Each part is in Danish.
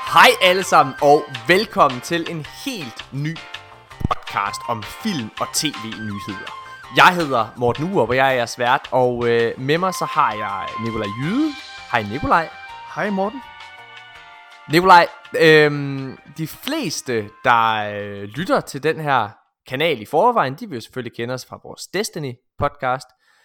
Hej alle sammen, og velkommen til en helt ny podcast om film og tv-nyheder. Jeg hedder Morten Urup, og jeg er jeres vært, og med mig så har jeg Nikolaj Jyde. Hej Nikolaj. Hej Morten. Nikolaj, de fleste, der lytter til den her kanal i forvejen, de vil jo selvfølgelig kende os fra vores Destiny podcast.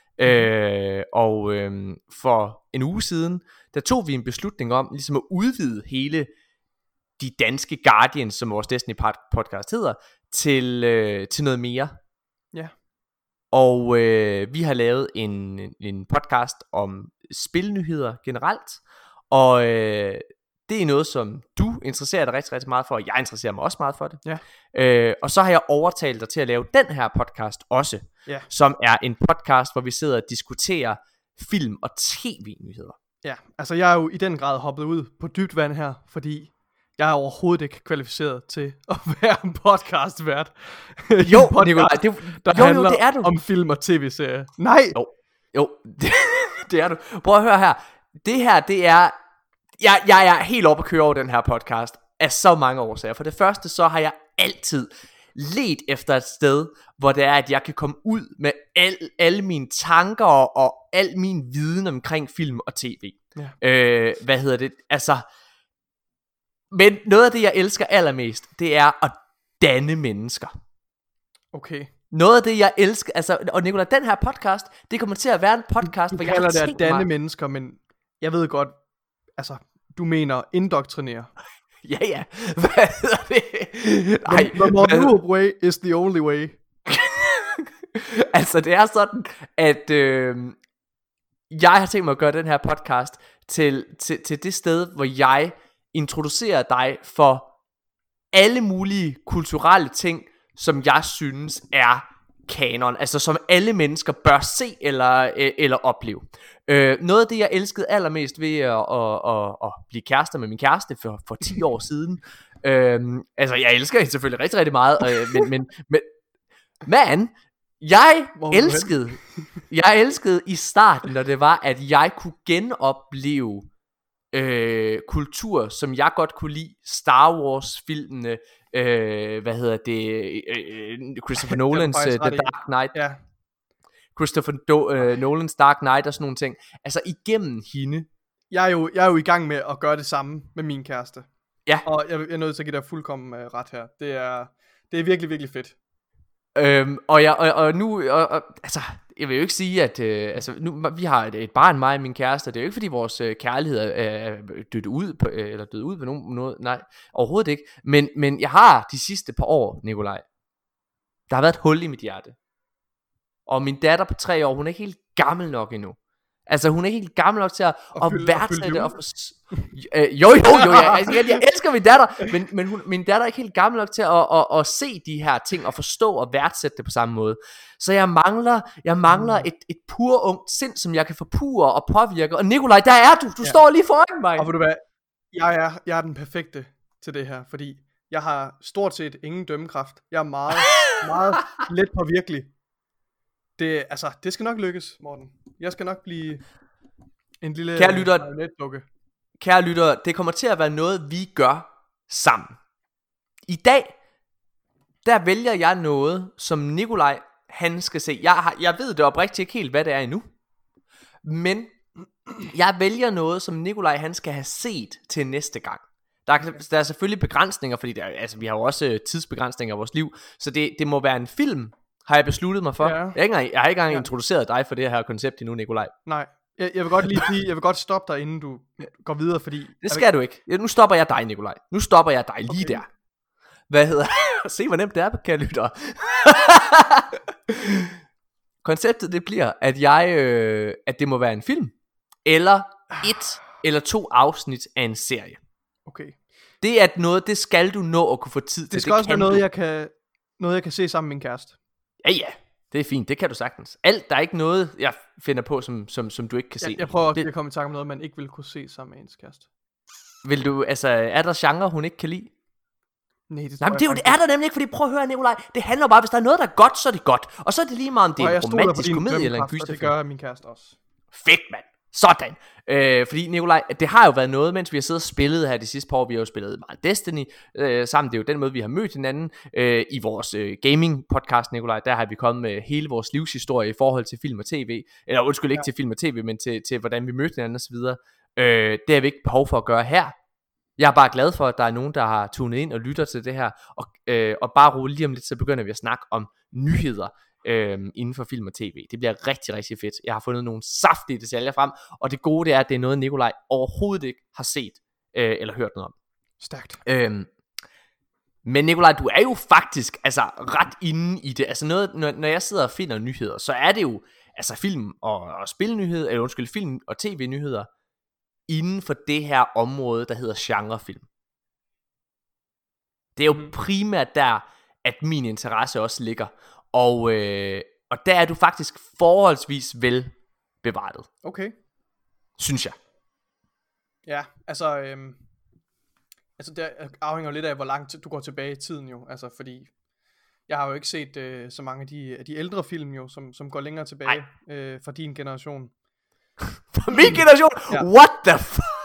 For en uge siden, der tog vi en beslutning om ligesom at udvide hele de danske Guardians, som vores Destiny podcast hedder, til noget mere. Ja. Og vi har lavet en podcast om spilnyheder generelt, og det er noget, som du interesserer dig rigtig, rigtig meget for, og jeg interesserer mig også meget for det. Ja. Og så har jeg overtalt dig til at lave den her podcast også, som er en podcast, hvor vi sidder og diskuterer film- og tv-nyheder. Ja, altså jeg er jo i den grad hoppet ud på dybt vand her, fordi jeg er overhovedet ikke kvalificeret til at være en podcastvært. Jo, Nikolaj, det er du. Om film og tv-serier. Nej! Jo, det er du. Prøv at høre her. Det her, det er... Jeg er helt oppe at køre over den her podcast af så mange årsager. For det første, så har jeg altid ledt efter et sted, hvor det er, at jeg kan komme ud med alle mine tanker og al min viden omkring film og tv. Ja. Altså... Men noget af det, jeg elsker allermest, det er at danne mennesker. Okay. Noget af det, jeg elsker, altså, og Nicolai, den her podcast, det kommer til at være en podcast, hvor jeg har tænkt mig... Du kalder det at danne mennesker, men jeg ved godt, altså, du mener indoktrinere. Ja. Hvad hedder det? The Morten way is the only way. Altså, det er sådan, at jeg har tænkt mig at gøre den her podcast til det sted, hvor jeg introducerer dig for alle mulige kulturelle ting, som jeg synes er kanon, altså som alle mennesker bør se eller opleve. Noget af det, jeg elskede allermest ved at blive kærester med min kæreste for 10 år siden, altså jeg elsker hende selvfølgelig rigtig, rigtig meget, men jeg elskede i starten, når det var, at jeg kunne genopleve kultur, som jeg godt kunne lide. Star Wars filmene, Christopher Nolans The Dark Knight. Ja. Christopher Nolans Dark Knight og sådan nogle ting. Altså igennem hende. Jeg er jo i gang med at gøre det samme med min kæreste. Ja. Og jeg er nødt til at give dig fuldkommen ret her. Det er virkelig, virkelig fedt. Altså jeg vil jo ikke sige at nu vi har et barn, mig og min kæreste. Det er jo ikke fordi vores kærlighed er død ud på nogen noget. Nej, overhovedet ikke. Men jeg har de sidste par år, Nikolaj, der har været et hul i mit hjerte. Og min datter på 3 år, hun er ikke helt gammel nok endnu. Altså hun er ikke helt gammel nok til at værdsætte Jo, jeg elsker min datter, men min datter er ikke helt gammel nok til at se de her ting og forstå og værdsætte det på samme måde. Så jeg mangler et pur ungt sind, som jeg kan forpure og påvirke. Og Nikolaj, der er du står lige foran mig. Og ved du hvad, jeg er den perfekte til det her, fordi jeg har stort set ingen dømmekraft. Jeg er meget, meget let påvirkelig. Det skal nok lykkes, Morten. Jeg skal nok blive en lille netdukke. Kære lytter, det kommer til at være noget, vi gør sammen. I dag, der vælger jeg noget, som Nikolaj, han skal se. Jeg ved det oprigtigt ikke helt, hvad det er endnu. Men jeg vælger noget, som Nikolaj, han skal have set til næste gang. Der er selvfølgelig begrænsninger, fordi vi har jo også tidsbegrænsninger i vores liv. Så det må være en film, har jeg besluttet mig for. Ja. Jeg har ikke engang introduceret dig for det her koncept endnu, Nikolaj. Nej, jeg vil godt lige sige, jeg vil godt stoppe dig, inden du går videre, fordi... Det skal du ikke. Nu stopper jeg dig, Nikolaj. Nu stopper jeg dig lige der. Hvad hedder... Se, hvor nemt det er, kære lytter. Konceptet, det bliver, at det må være en film, eller 1 eller 2 afsnit af en serie. Okay. Det er noget, det skal du nå at kunne få tid til. Det skal også være noget, jeg kan se sammen med min kæreste. Ja, det er fint, det kan du sagtens. Der er ikke noget, jeg finder på, som du ikke kan se. Jeg prøver også at komme i tanke om noget, man ikke vil kunne se sammen med ens kæreste. Vil du, altså, er der genre, hun ikke kan lide? Nej, det er der nemlig ikke, fordi prøv at høre, Nikolaj, det handler bare, hvis der er noget, der er godt, så er det godt. Og så er det lige meget, om det er en romantisk komedie eller en gyserfilm. Det gør min kæreste også. Fedt, mand. Sådan. Fordi Nikolaj, det har jo været noget, mens vi har siddet og spillet her de sidste par år. Vi har jo spillet meget Destiny sammen. Det er jo den måde, vi har mødt hinanden i vores gaming podcast, Nikolaj. Der har vi kommet med hele vores livshistorie i forhold til film og tv. Eller undskyld, ikke til film og tv, men til hvordan vi mødte hinanden osv. Det har vi ikke behov for at gøre her. Jeg er bare glad for, at der er nogen, der har tunet ind og lytter til det her. Og bare roligt lige om lidt, så begynder vi at snakke om nyheder inden for film og tv. Det bliver rigtig, rigtig fedt. Jeg har fundet nogle saftige detaljer frem, og det gode det er, at det er noget, Nikolaj overhovedet ikke har set eller hørt noget om. Stærkt. Men Nikolaj, du er jo faktisk altså ret inde i det. Altså noget, når jeg sidder og finder nyheder, så er det jo altså film og spilnyheder, eller undskyld, film og tv-nyheder inden for det her område, der hedder genrefilm. Det er jo primært der, at min interesse også ligger. Og der er du faktisk forholdsvis vel bevaret. Okay. Synes jeg. Ja, altså det afhænger lidt af, hvor langt du går tilbage i tiden jo. Altså fordi jeg har jo ikke set så mange af de ældre film jo, som går længere tilbage fra din generation. For min generation? Ja. What the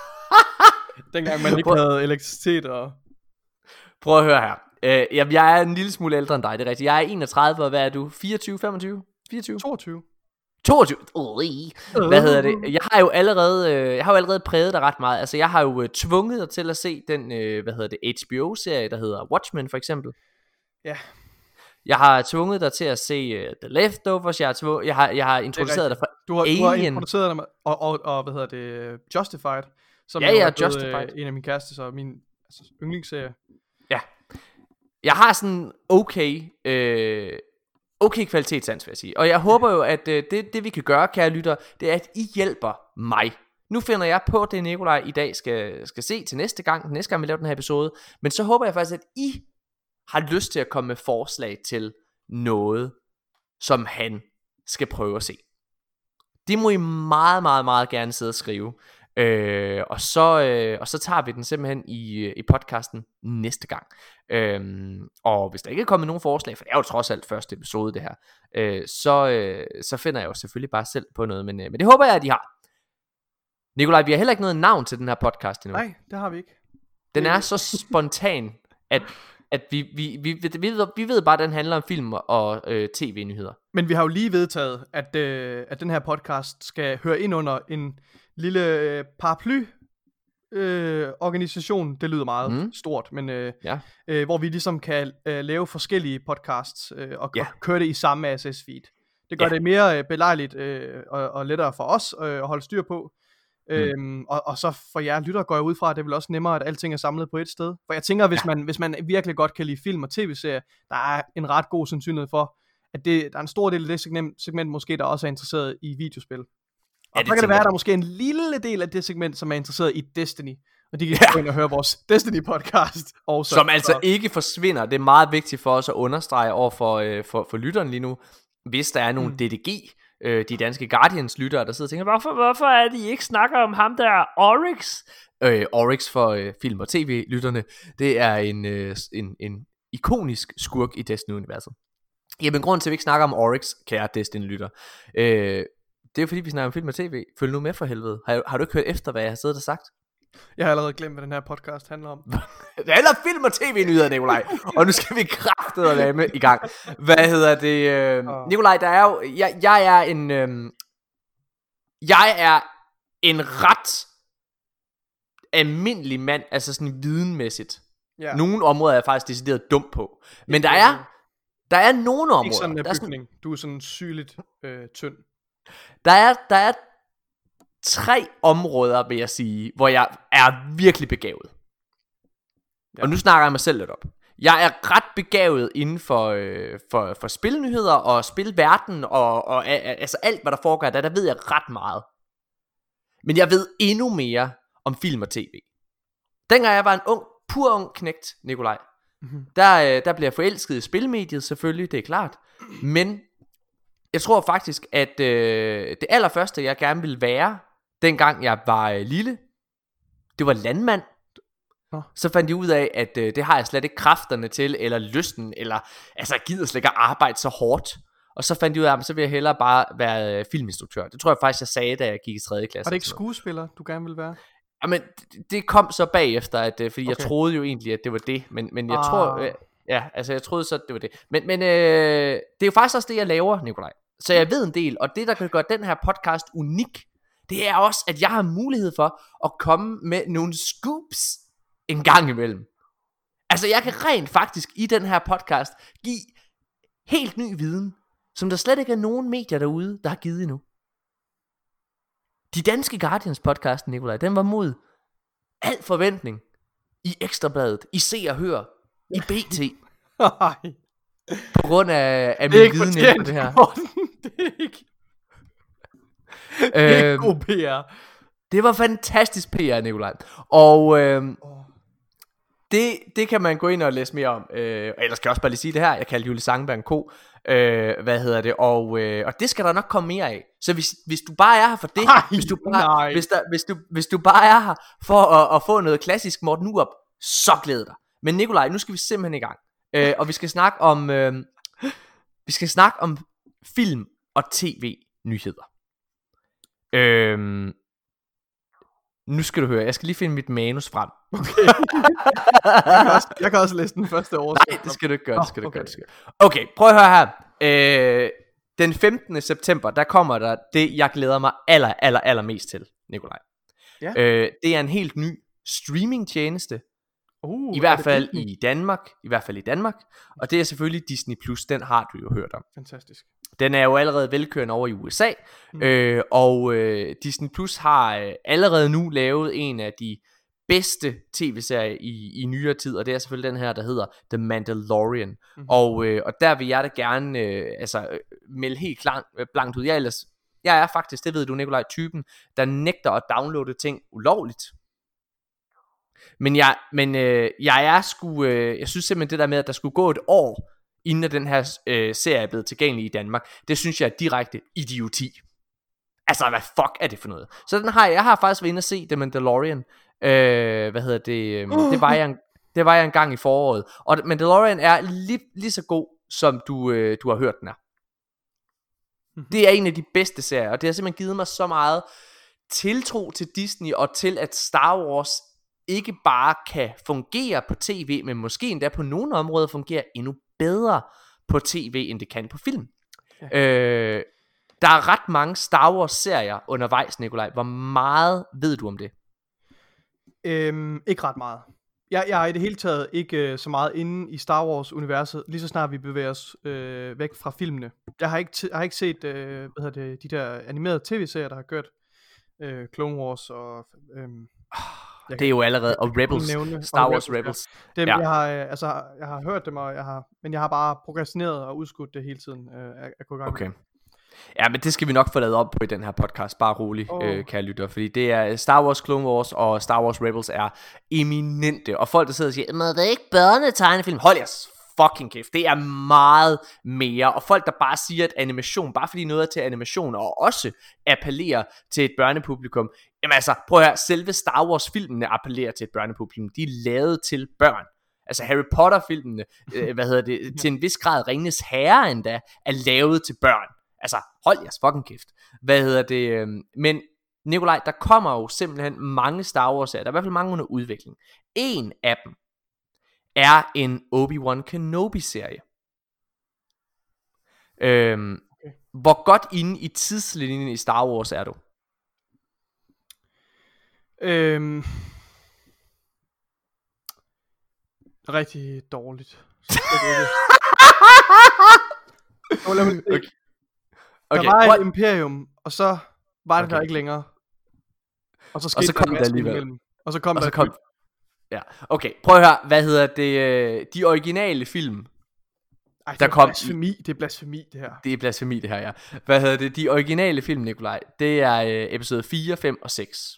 Dengang man ikke havde elektricitet og... Prøv at høre her. Jeg er en lille smule ældre end dig, det er rigtigt. Jeg er 31, og hvad er du? 24, 25? 24? 22. 22? Hvad hedder det? Jeg har jo allerede præget dig ret meget. Altså jeg har jo tvunget dig til at se den HBO-serie, der hedder Watchmen for eksempel. Ja. Jeg har tvunget dig til at se The Leftovers. Jeg har introduceret dig for Alien. Du har introduceret dig og hvad hedder det, Justified, som er Justified. En af mine kærestes og min yndlingsserie. Ja. Jeg har sådan okay kvalitetssans, vil jeg sige. Og jeg håber jo, at det vi kan gøre, kære lytter, det er, at I hjælper mig. Nu finder jeg på det, Nikolaj i dag skal se til næste gang vi laver den her episode. Men så håber jeg faktisk, at I har lyst til at komme med forslag til noget, som han skal prøve at se. Det må I meget, meget, meget gerne sidde og skrive. Og så tager vi den simpelthen i podcasten næste gang. Og hvis der ikke er kommet nogen forslag, for det er jo trods alt første episode det her, så finder jeg jo selvfølgelig bare selv på noget. Men det håber jeg, at I har. Nikolaj, vi har heller ikke noget navn til den her podcast endnu. Nej, det har vi ikke. Den er så spontan, at vi ved bare, at den handler om film og tv-nyheder. Men vi har jo lige vedtaget, at den her podcast skal høre ind under en lille paraply organisation. Det lyder meget stort, men hvor vi ligesom kan lave forskellige podcasts og køre det i samme RSS feed. Det gør det mere belejligt og lettere for os at holde styr på. Og så for jer lytter går jeg ud fra, at det er vel også nemmere, at alting er samlet på et sted. For jeg tænker, hvis man virkelig godt kan lide film og tv-serier, der er en ret god sandsynlighed for, at der er en stor del af det segment måske, der også er interesseret i videospil. Og så kan det være, at der er måske en lille del af det segment, som er interesseret i Destiny. Og de kan gå ind og høre vores Destiny podcast også. Som altså ikke forsvinder. Det er meget vigtigt for os at understrege over for lytteren lige nu. Hvis der er nogle DDG, de danske Guardians lyttere, der sidder og tænker, hvorfor er de ikke snakker om ham der Oryx? Oryx for film og tv lytterne, det er en ikonisk skurk i Destiny-universet. Jamen grunden til at vi ikke snakker om Oryx, kære Destiny lytter, det er jo fordi vi snakker om film og tv. Følg nu med for helvede. Har du ikke hørt efter hvad jeg har siddet og sagt? Jeg har allerede glemt hvad den her podcast handler om. Det handler om film og tv-nyheder, Nikolaj. Og nu skal vi kraftedeme i gang. Hvad hedder det? Nikolaj, der er jo jeg er en ret almindelig mand, altså sådan videnmæssigt. Nogle områder er jeg faktisk decideret dum på. Men der er nogle områder. Ikke sådan en bygning. Du er sådan sygeligt tynd. Der er 3 områder, vil jeg sige, hvor jeg er virkelig begavet. Og nu snakker jeg mig selv lidt op. Jeg er ret begavet inden for spilnyheder og spilverden og altså alt hvad der foregår der ved jeg ret meget. Men jeg ved endnu mere om film og tv. Dengang jeg var en pur ung knægt, Nikolaj, der blev jeg forelsket i spilmediet selvfølgelig, det er klart. Men jeg tror faktisk, at det allerførste jeg gerne ville være, dengang jeg var lille, det var landmand. Så fandt jeg ud af, at det har jeg slet ikke kræfterne til, eller lysten, eller altså jeg gider slet ikke at arbejde så hårdt. og så fandt jeg ud af, at så vil jeg hellere bare være filminstruktør. Det tror jeg faktisk, jeg sagde, da jeg gik i 3. klasse. Var det ikke skuespiller, du gerne ville være? Jamen, det kom så bagefter, fordi jeg troede jo egentlig, at det var det, men jeg tror, altså jeg troede så, at det var det. Men det er jo faktisk også det, jeg laver, Nikolaj. Så jeg ved en del, og det, der kan gøre den her podcast unik, det er også, at jeg har mulighed for at komme med nogle scoops en gang imellem. Altså, jeg kan rent faktisk i den her podcast give helt ny viden, som der slet ikke er nogen medier derude, der har givet endnu. De danske Guardians podcast, Nikolaj, den var mod al forventning i Ekstrabladet, i Se og Hør, i BT. På grund af min viden efter det her. Det er ikke det er god PR. Det var fantastisk PR, Nikolaj. Og det kan man gå ind og læse mere om. Ellers kan jeg også bare lige sige det her. Jeg kalder Julie Sangenberg en ko. Og det skal der nok komme mere af. Så hvis du bare er her for det, hvis du bare er her for at få noget klassisk Morten Urup, så glæder dig. Men Nikolaj, nu skal vi simpelthen i gang. Og vi skal snakke om film og tv nyheder. Nu skal du høre. Jeg skal lige finde mit manus frem. Okay. jeg kan også læse den første oversigt. Nej, det skal du ikke gøre. Okay, prøv at høre her. Den 15. september, der kommer der det, jeg glæder mig allermest til, Nikolaj. Ja. Det er en helt ny streamingtjeneste. I hvert fald i Danmark. Og det er selvfølgelig Disney Plus. Den har du jo hørt om. Fantastisk. Den er jo allerede velkørende over i USA. Og Disney Plus har allerede nu lavet en af de bedste tv-serier i nyere tid. Og det er selvfølgelig den her, der hedder The Mandalorian. Og der vil jeg da gerne melde helt blankt ud. Jeg er faktisk, det ved du, Nikolaj, typen, der nægter at downloade ting ulovligt. Men jeg synes simpelthen det der med, at der skulle gå et år, inden at den her serie er blevet tilgængelig i Danmark, det synes jeg er direkte idioti. Altså, hvad fuck er det for noget? Så jeg har faktisk været inde og se The Mandalorian. Det var jeg en gang i foråret. Og Mandalorian er lige så god, som du har hørt den er. Det er en af de bedste serier, og det har simpelthen givet mig så meget tiltro til Disney, og til at Star Wars ikke bare kan fungere på tv, men måske endda på nogle områder fungerer endnu bedre på tv, end det kan på film. Ja. Der er ret mange Star Wars serier undervejs, Nikolaj. Hvor meget ved du om det? Ikke ret meget. Jeg er i det hele taget ikke så meget inde i Star Wars universet, lige så snart vi bevæger os væk fra filmene. Jeg har ikke set de der animerede tv-serier, der har kørt Clone Wars og det er jo allerede, og Rebels, Star Wars Rebels. Dem, ja. Jeg har hørt dem, men jeg har bare prokrastineret og udskudt det hele tiden at gå i gang. Okay. Ja, men det skal vi nok få lavet op på i den her podcast. Bare rolig, kære lytter. Fordi det er Star Wars Clone Wars og Star Wars Rebels er eminente. Og folk der sidder og siger, men det er ikke børnetegnefilm. Hold jeres fucking kæft. Det er meget mere. Og folk der bare siger, at animation, bare fordi noget er til animation, og også appellerer til et børnepublikum. Jamen altså, prøv at høre, selve Star Wars filmene appellerer til et børnepublikum. De er lavet til børn. Altså Harry Potter filmene, til en vis grad Ringenes Herre endda, er lavet til børn. Altså, hold jeres fucking kæft. Men Nikolaj, der kommer jo simpelthen mange Star Wars serier. Der er i hvert fald mange under udvikling. En af dem er en Obi-Wan Kenobi serie. Hvor godt inde i tidslinjen i Star Wars er du? Rigtig dårligt. Okay. Der var et imperium, og så var det der ikke længere. Og så skete der en masse imellem. Og så kom der. Ja, okay. Prøv at høre, de originale film. Ej, det er blasfemi, det her. Det er blasfemi, det her, ja. De originale film, Nikolaj, det er episode 4, 5 og 6.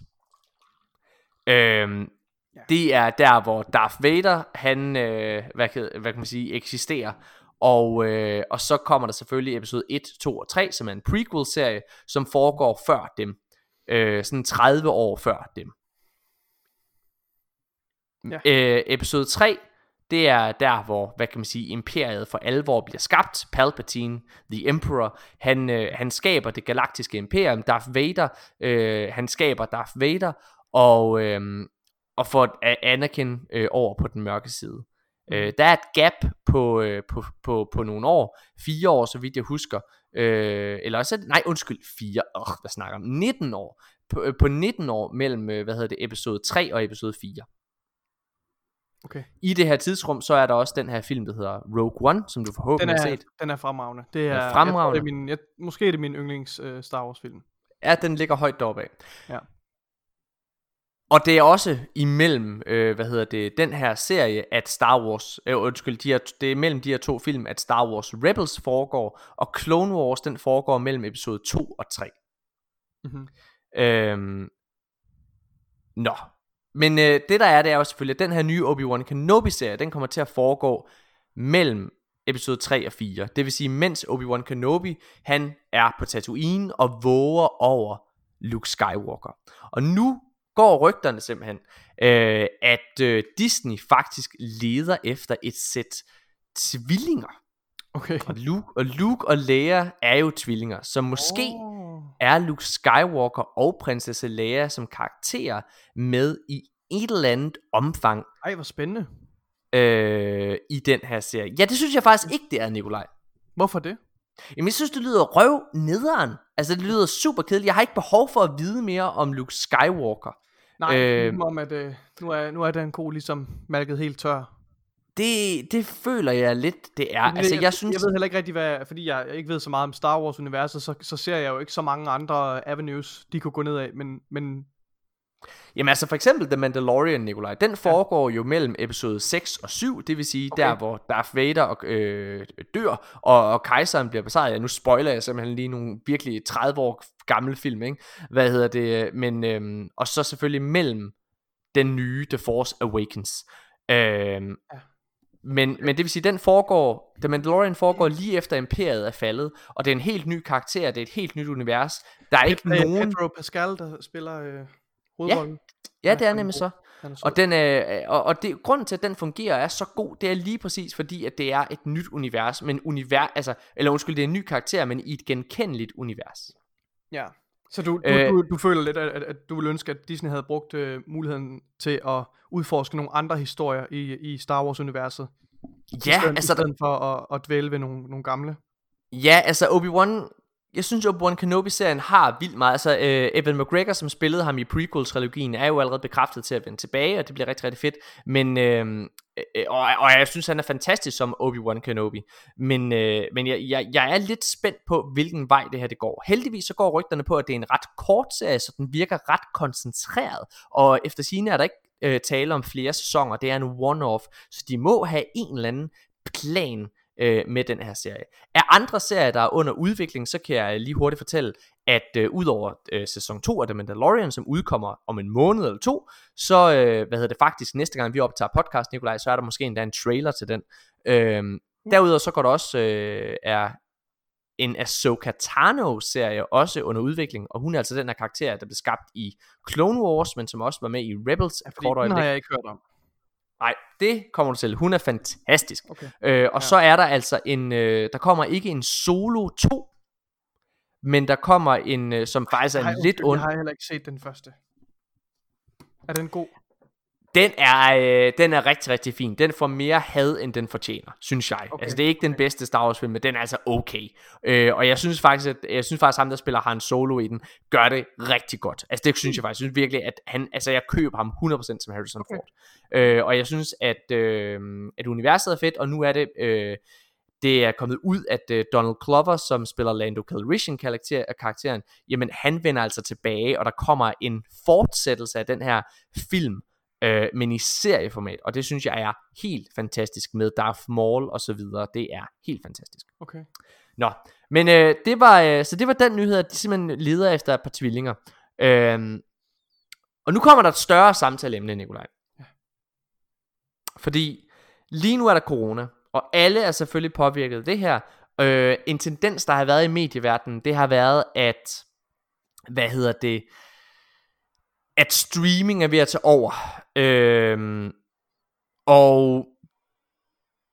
Det er der, hvor Darth Vader, han, hvad kan man sige, eksisterer. Og så kommer der selvfølgelig episode 1, 2 og 3, som er en prequel-serie, som foregår før dem. Sådan 30 år før dem. Ja. Episode 3, det er der, hvor, hvad kan man sige, imperiet for alvor bliver skabt. Palpatine, The Emperor, han skaber det galaktiske imperium. Darth Vader, han skaber Darth Vader, og får Anakin over på den mørke side. Der er et gap på nogle år, 4 år, så vidt jeg husker, eller også, nej, undskyld, 4, hvad snakker om, 19 år, på 19 år mellem, episode 3 og episode 4. Okay. I det her tidsrum, så er der også den her film, der hedder Rogue One, som du forhåbentlig har set. Den er fremragende. Det er fremragende. Måske er det min yndlings Star Wars film. Ja, den ligger højt deroppe af. Ja. Og det er også imellem, den her serie, at Star Wars, det er mellem de her 2 film, at Star Wars Rebels foregår, og Clone Wars, den foregår mellem episode 2 og 3. Mm-hmm. Men det der er, det er jo selvfølgelig, at den her nye Obi-Wan Kenobi-serie, den kommer til at foregå mellem episode 3 og 4. Det vil sige, mens Obi-Wan Kenobi, han er på Tatooine og våger over Luke Skywalker. Og nu går rygterne simpelthen, at Disney faktisk leder efter et sæt tvillinger. Okay. Og Luke og Leia er jo tvillinger, så måske er Luke Skywalker og prinsesse Leia som karakterer med i et eller andet omfang. Ej, hvor spændende. I den her serie. Ja, det synes jeg faktisk ikke, det er, Nikolaj. Hvorfor det? Jamen, jeg synes, det lyder røv nederen. Altså, det lyder super kedeligt. Jeg har ikke behov for at vide mere om Luke Skywalker. Nej, om at nu er den ko ligesom malket helt tør. Det føler jeg lidt, det er. Altså, jeg synes... Jeg ved heller ikke rigtig, fordi jeg ikke ved så meget om Star Wars-universet, så ser jeg jo ikke så mange andre avenues, de kunne gå ned af, men... Jamen altså for eksempel The Mandalorian, Nikolaj, den foregår jo mellem episode 6 og 7, det vil sige der hvor Darth Vader dør, og kejseren bliver besejret. Ja, nu spoiler jeg simpelthen lige nogle virkelig 30 år gamle film, ikke? Men og så selvfølgelig mellem den nye The Force Awakens. Men det vil sige, The Mandalorian foregår lige efter imperiet er faldet, og det er en helt ny karakter, det er et helt nyt univers. Der er ikke nogen... Pedro Pascal, der spiller hovedrollen. Ja, det er nemlig så. Og grunden til at den fungerer er så god, det er lige præcis fordi at det er et nyt univers, men det er en ny karakter, men i et genkendeligt univers. Ja. Så du føler lidt, at du ville ønske, at Disney havde brugt muligheden til at udforske nogle andre historier i Star Wars-universet? Ja, i stedet for at dvæle ved nogle gamle? Ja, altså jeg synes Obi-Wan Kenobi-serien har vildt meget. Altså Evan McGregor, som spillede ham i prequel-trilogien, er jo allerede bekræftet til at vende tilbage, og det bliver rigtig, rigtig fedt. Men og jeg synes han er fantastisk som Obi-Wan Kenobi. Men jeg er lidt spændt på hvilken vej det her det går. Heldigvis så går rygterne på, at det er en ret kort serie, så den virker ret koncentreret. Og efter sigende er der ikke tale om flere sæsoner. Det er en one-off, så de må have en eller anden plan med den her serie. Af andre serier, der er under udvikling, så kan jeg lige hurtigt fortælle, at udover sæson 2 af The Mandalorian, som udkommer om en måned eller 2, så faktisk næste gang vi optager podcast, Nikolaj, så er der måske endda en trailer til den. Derudover så går der også er en Ahsoka Tano-serie også under udvikling, og hun er altså den her karakter, der blev skabt i Clone Wars, men som også var med i Rebels. Fordi den har jeg ikke hørt om. Nej, det kommer du til. Hun er fantastisk. Okay. Så er der altså der kommer ikke en Solo 2, men der kommer en, som faktisk er lidt ond. Jeg har heller ikke set den første. Er den god? Den er rigtig, rigtig fin. Den får mere had, end den fortjener, synes jeg. Okay. Altså det er ikke den bedste Star Wars film, men den er altså okay. Og jeg synes faktisk, ham der spiller Han Solo i den, gør det rigtig godt. Altså det synes jeg faktisk. Jeg synes virkelig, at jeg køber ham 100% som Harrison Ford. Og jeg synes, at universet er fedt, og nu er det er kommet ud, at Donald Glover, som spiller Lando Calrissian karakteren, jamen han vender altså tilbage, og der kommer en fortsættelse af den her film, men i serieformat, og det synes jeg er helt fantastisk med Darth Maul og så videre. Det er helt fantastisk. Okay. Nå, men det var den nyhed, at de simpelthen leder efter et par tvillinger. Og nu kommer der et større samtaleemne, Nikolaj. Ja. Fordi lige nu er der corona, og alle er selvfølgelig påvirket af det her. En tendens, der har været i medieverdenen, det har været, at streaming er ved at tage over. Og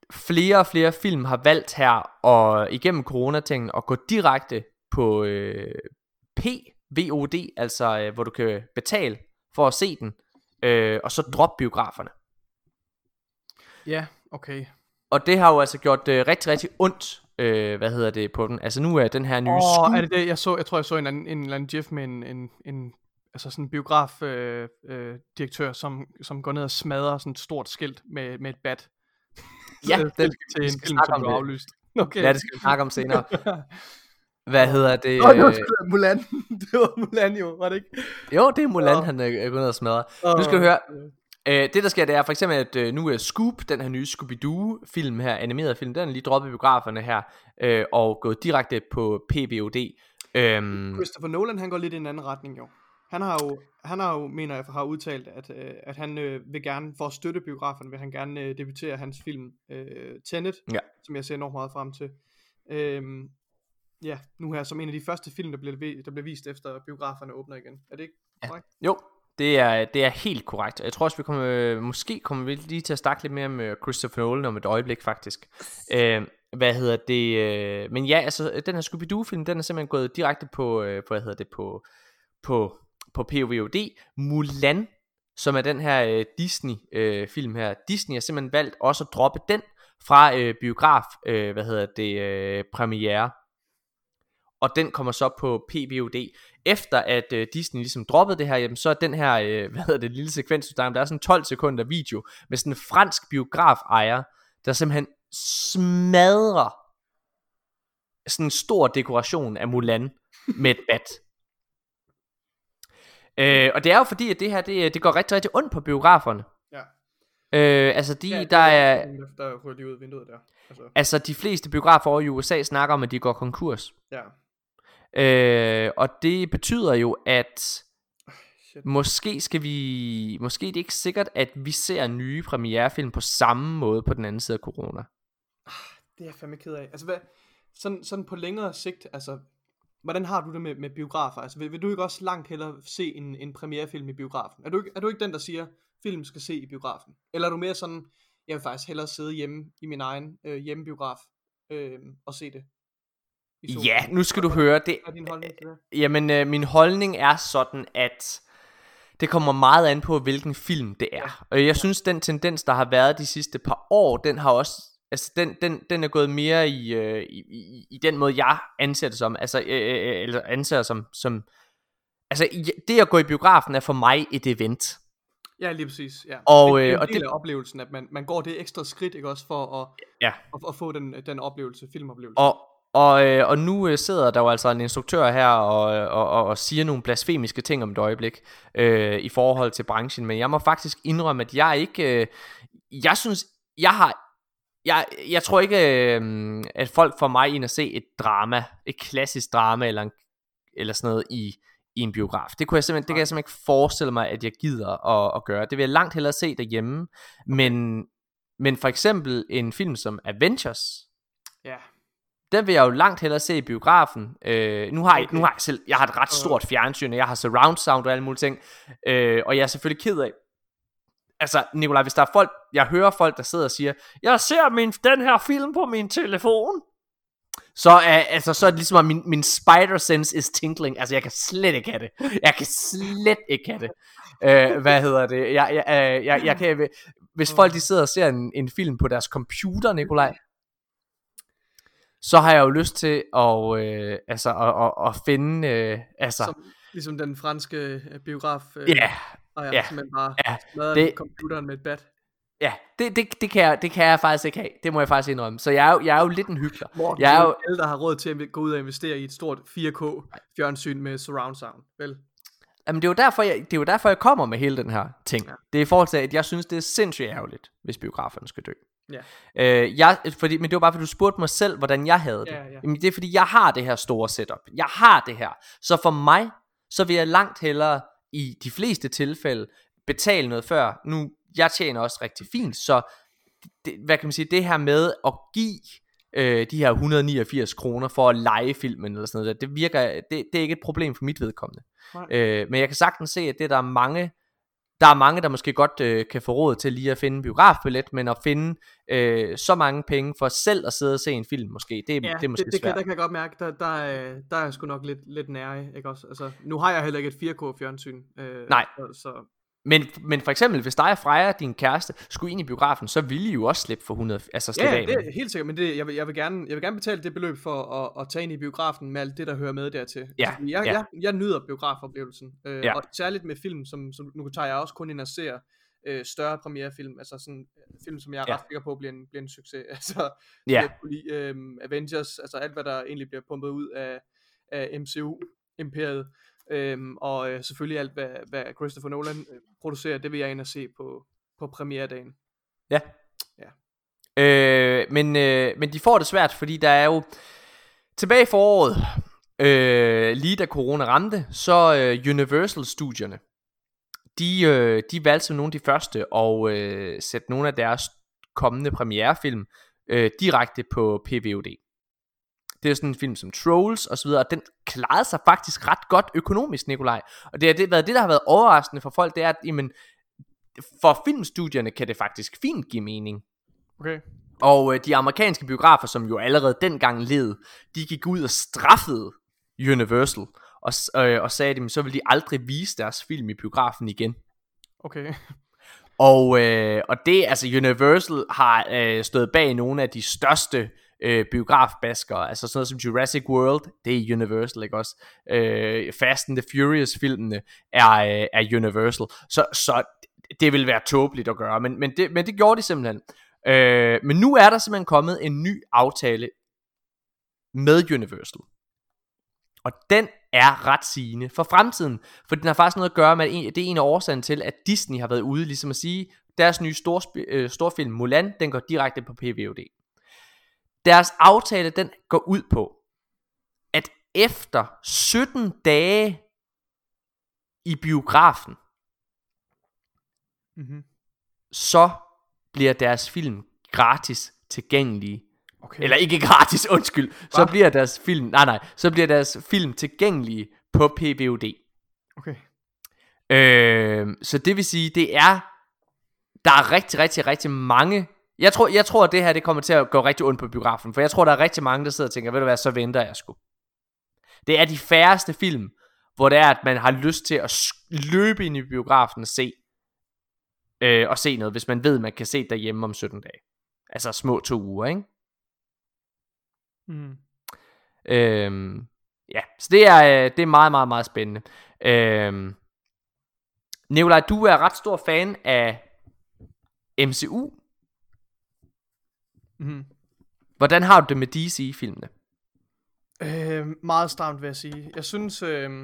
flere og flere film har valgt her og igennem coronatingen at gå direkte på PVOD, altså hvor du kan betale for at se den, og så droppe biograferne. Ja, okay. Og det har jo altså gjort rigtig, rigtig ondt, på den. Altså nu er den her nye er det det? Jeg tror jeg så en eller anden gif med en altså sådan en biograf direktør, som går ned og smadrer sådan et stort skilt med et bat. Ja, det den til en film, som blev aflyst. Okay. Ja, det skal vi snakke om senere. Hvad hedder det? Det var Mulan. Det var Mulan jo, var det ikke? Jo, det er Mulan, han er gået ned og smadrer. Nu skal du høre. Det der sker, det er for eksempel at nu er Scoop, den her nye Scooby-Doo film her, animeret film, den er lige droppet i biograferne her, og gået direkte på PVOD. Christopher Nolan, han går lidt i en anden retning jo. Han har jo mener jeg har udtalt at han vil gerne, for at støtte biograferne, vil han gerne debutere hans film Tenet, ja, som jeg ser enormt meget frem til. Ja, nu her som en af de første film, der bliver vist efter biograferne åbner igen. Er det ikke korrekt? Ja. Jo, det er helt korrekt. Jeg tror også måske kommer vi lige til at snakke lidt mere med Christopher Nolan om et øjeblik faktisk. Men ja, altså den her Scooby-Doo film, den er simpelthen gået direkte på på PVOD. Mulan, som er den her Disney film her. Disney har simpelthen valgt også at droppe den fra biograf premiere. Og den kommer så på PVOD. Efter at Disney ligesom droppede det her, jamen, så er den her lille sekvens, der er sådan 12 sekunder video med sådan en fransk biografejer, der simpelthen smadrer sådan en stor dekoration af Mulan med et bat. Og det er jo fordi at det her det går rigtig rigtig ondt på biograferne. Ja. Altså der ryger lige ud af vinduet der. Altså de fleste biografer over i USA snakker om at de går konkurs. Ja. Og det betyder jo at måske er det ikke sikkert at vi ser nye premierefilm på samme måde på den anden side af corona. Det er jeg fandme ked af. Altså hvad, sådan på længere sigt, altså hvordan har du det med biografer? Altså vil du ikke også langt hellere se en premierefilm i biografen? Er du ikke den der siger film skal se i biografen? Eller er du mere sådan, jeg vil faktisk hellere sidde hjemme i min egen hjemmebiograf og se det? Ja, nu skal du høre det. Hvad er din holdning til det? Jamen min holdning er sådan at det kommer meget an på hvilken film det er. Og jeg synes den tendens der har været de sidste par år, den har også den er gået mere i den måde jeg anser det som, eller anser som altså det at gå i biografen er for mig et event. Ja, lige præcis. Ja. Og det er en del af oplevelsen, at man går det ekstra skridt, ikke også, for at få den oplevelse, filmoplevelse. Og nu sidder der jo altså en instruktør her og siger nogle blasfemiske ting om et øjeblik i forhold til branchen, men jeg må faktisk indrømme at jeg ikke jeg synes jeg tror ikke at folk får mig ind at se et klassisk drama eller sådan noget i en biograf. Det kan jeg simpelthen ikke forestille mig at jeg gider at gøre. Det vil jeg langt hellere se derhjemme. Men for eksempel en film som Avengers, den vil jeg jo langt hellere se i biografen. Nu har jeg selv, jeg har et ret stort fjernsyn, og jeg har surround sound og alle mulige ting, og jeg er selvfølgelig ked af, altså Nikolaj, hvis der er folk, jeg hører folk der sidder og siger, jeg ser den her film på min telefon, så er det ligesom at min spider sense is tingling. Altså jeg kan slet ikke have det. Jeg kan, hvis folk de sidder og ser en film på deres computer, Nikolaj, så har jeg jo lyst til at finde som, ligesom den franske biograf man bare smadrer computeren med et bat. Ja, det kan jeg faktisk ikke have. Det må jeg faktisk indrømme. Så jeg er jo lidt en hykler. Morten, jeg er jo alle der har råd til at gå ud og investere i et stort 4K fjernsyn med surround sound, vel? Jamen det er jo derfor jeg kommer med hele den her ting. Ja. Det er i forhold til at jeg synes det er sindssygt ærgerligt hvis biograferne skal dø. Ja. Men det var bare fordi du spurgte mig selv hvordan jeg havde det. Ja. Jamen det er fordi jeg har det her store setup. Jeg har det her. Så for mig så vil jeg langt hellere i de fleste tilfælde betale noget før. Nu jeg tjener også rigtig fint, så hvad kan man sige, det her med at give de her 189 kroner for at leje filmen eller sådan noget, det er ikke et problem for mit vedkommende. Men jeg kan sagtens se at det der er mange Der er mange, der måske godt kan få råd til lige at finde en biografbillet, men at finde så mange penge for selv at sidde og se en film, måske, det er måske svært. Der kan jeg godt mærke, der er jeg sgu nok lidt nære, ikke også? Altså, nu har jeg heller ikke et 4K fjernsyn. Nej. Så Men for eksempel, hvis dig og Freja, din kæreste, skulle ind i biografen, så ville I jo også slippe for 100, altså slippe af. Ja, det er helt sikkert, men jeg vil gerne betale det beløb for at tage ind i biografen med alt det, der hører med dertil. Ja, altså, jeg nyder biografoplevelsen, Ja. og særligt med film, som nu tager jeg også kun ind og ser større premierefilm, altså sådan film, som jeg er ret sikker på bliver en succes. Altså, Ja. Avengers, altså alt, hvad der egentlig bliver pumpet ud af MCU-imperiet. Og selvfølgelig alt hvad Christopher Nolan producerer, det vil jeg ind og se på premieredagen. Ja. Men de får det svært, fordi der er jo tilbage i foråret, lige da corona ramte, så Universal Studierne, de valgte som nogle af de første at sætte nogle af deres kommende premierefilm direkte på PVOD. Det er sådan en film som Trolls og så videre, og den klarede sig faktisk ret godt økonomisk, Nikolaj. Og det der har været overraskende for folk, det er, at jamen, for filmstudierne kan det faktisk fint give mening. Okay. Og de amerikanske biografer, som jo allerede dengang led, de gik ud og straffede Universal og sagde, at så ville de aldrig vise deres film i biografen igen. Okay. Og det, altså Universal har stået bag nogle af de største biografbaskere, altså sådan noget som Jurassic World, det er Universal, ikke også? Fast and the Furious filmene er Universal, så det vil være tåbeligt at gøre, men det gjorde de simpelthen. Men nu er der simpelthen kommet en ny aftale med Universal, og den er ret sigende for fremtiden, for den har faktisk noget at gøre med, at det er en af årsagen til, at Disney har været ude ligesom at sige, deres nye storfilm Mulan, den går direkte på PVOD. Deres aftale, den går ud på, at efter 17 dage i biografen, så bliver deres film gratis tilgængelige. Okay. Eller ikke gratis, undskyld. Så bliver deres film, så bliver deres film tilgængelige på PVOD. Okay. Så det vil sige, der er rigtig, rigtig, rigtig mange. Jeg tror at det her, det kommer til at gå rigtig ondt på biografen, for jeg tror der er rigtig mange, der sidder og tænker, ved du hvad, så venter jeg sgu. Det er de færreste film, hvor det er, at man har lyst til at løbe ind i biografen og se noget, hvis man ved, man kan se det derhjemme om 17 dage. Altså små 2 uger, ikke? Ja, så det er meget, meget, meget spændende. Nikolaj, du er ret stor fan af MCU. Hvordan har du det med DC-filmene? Meget stramt, vil jeg sige. Jeg synes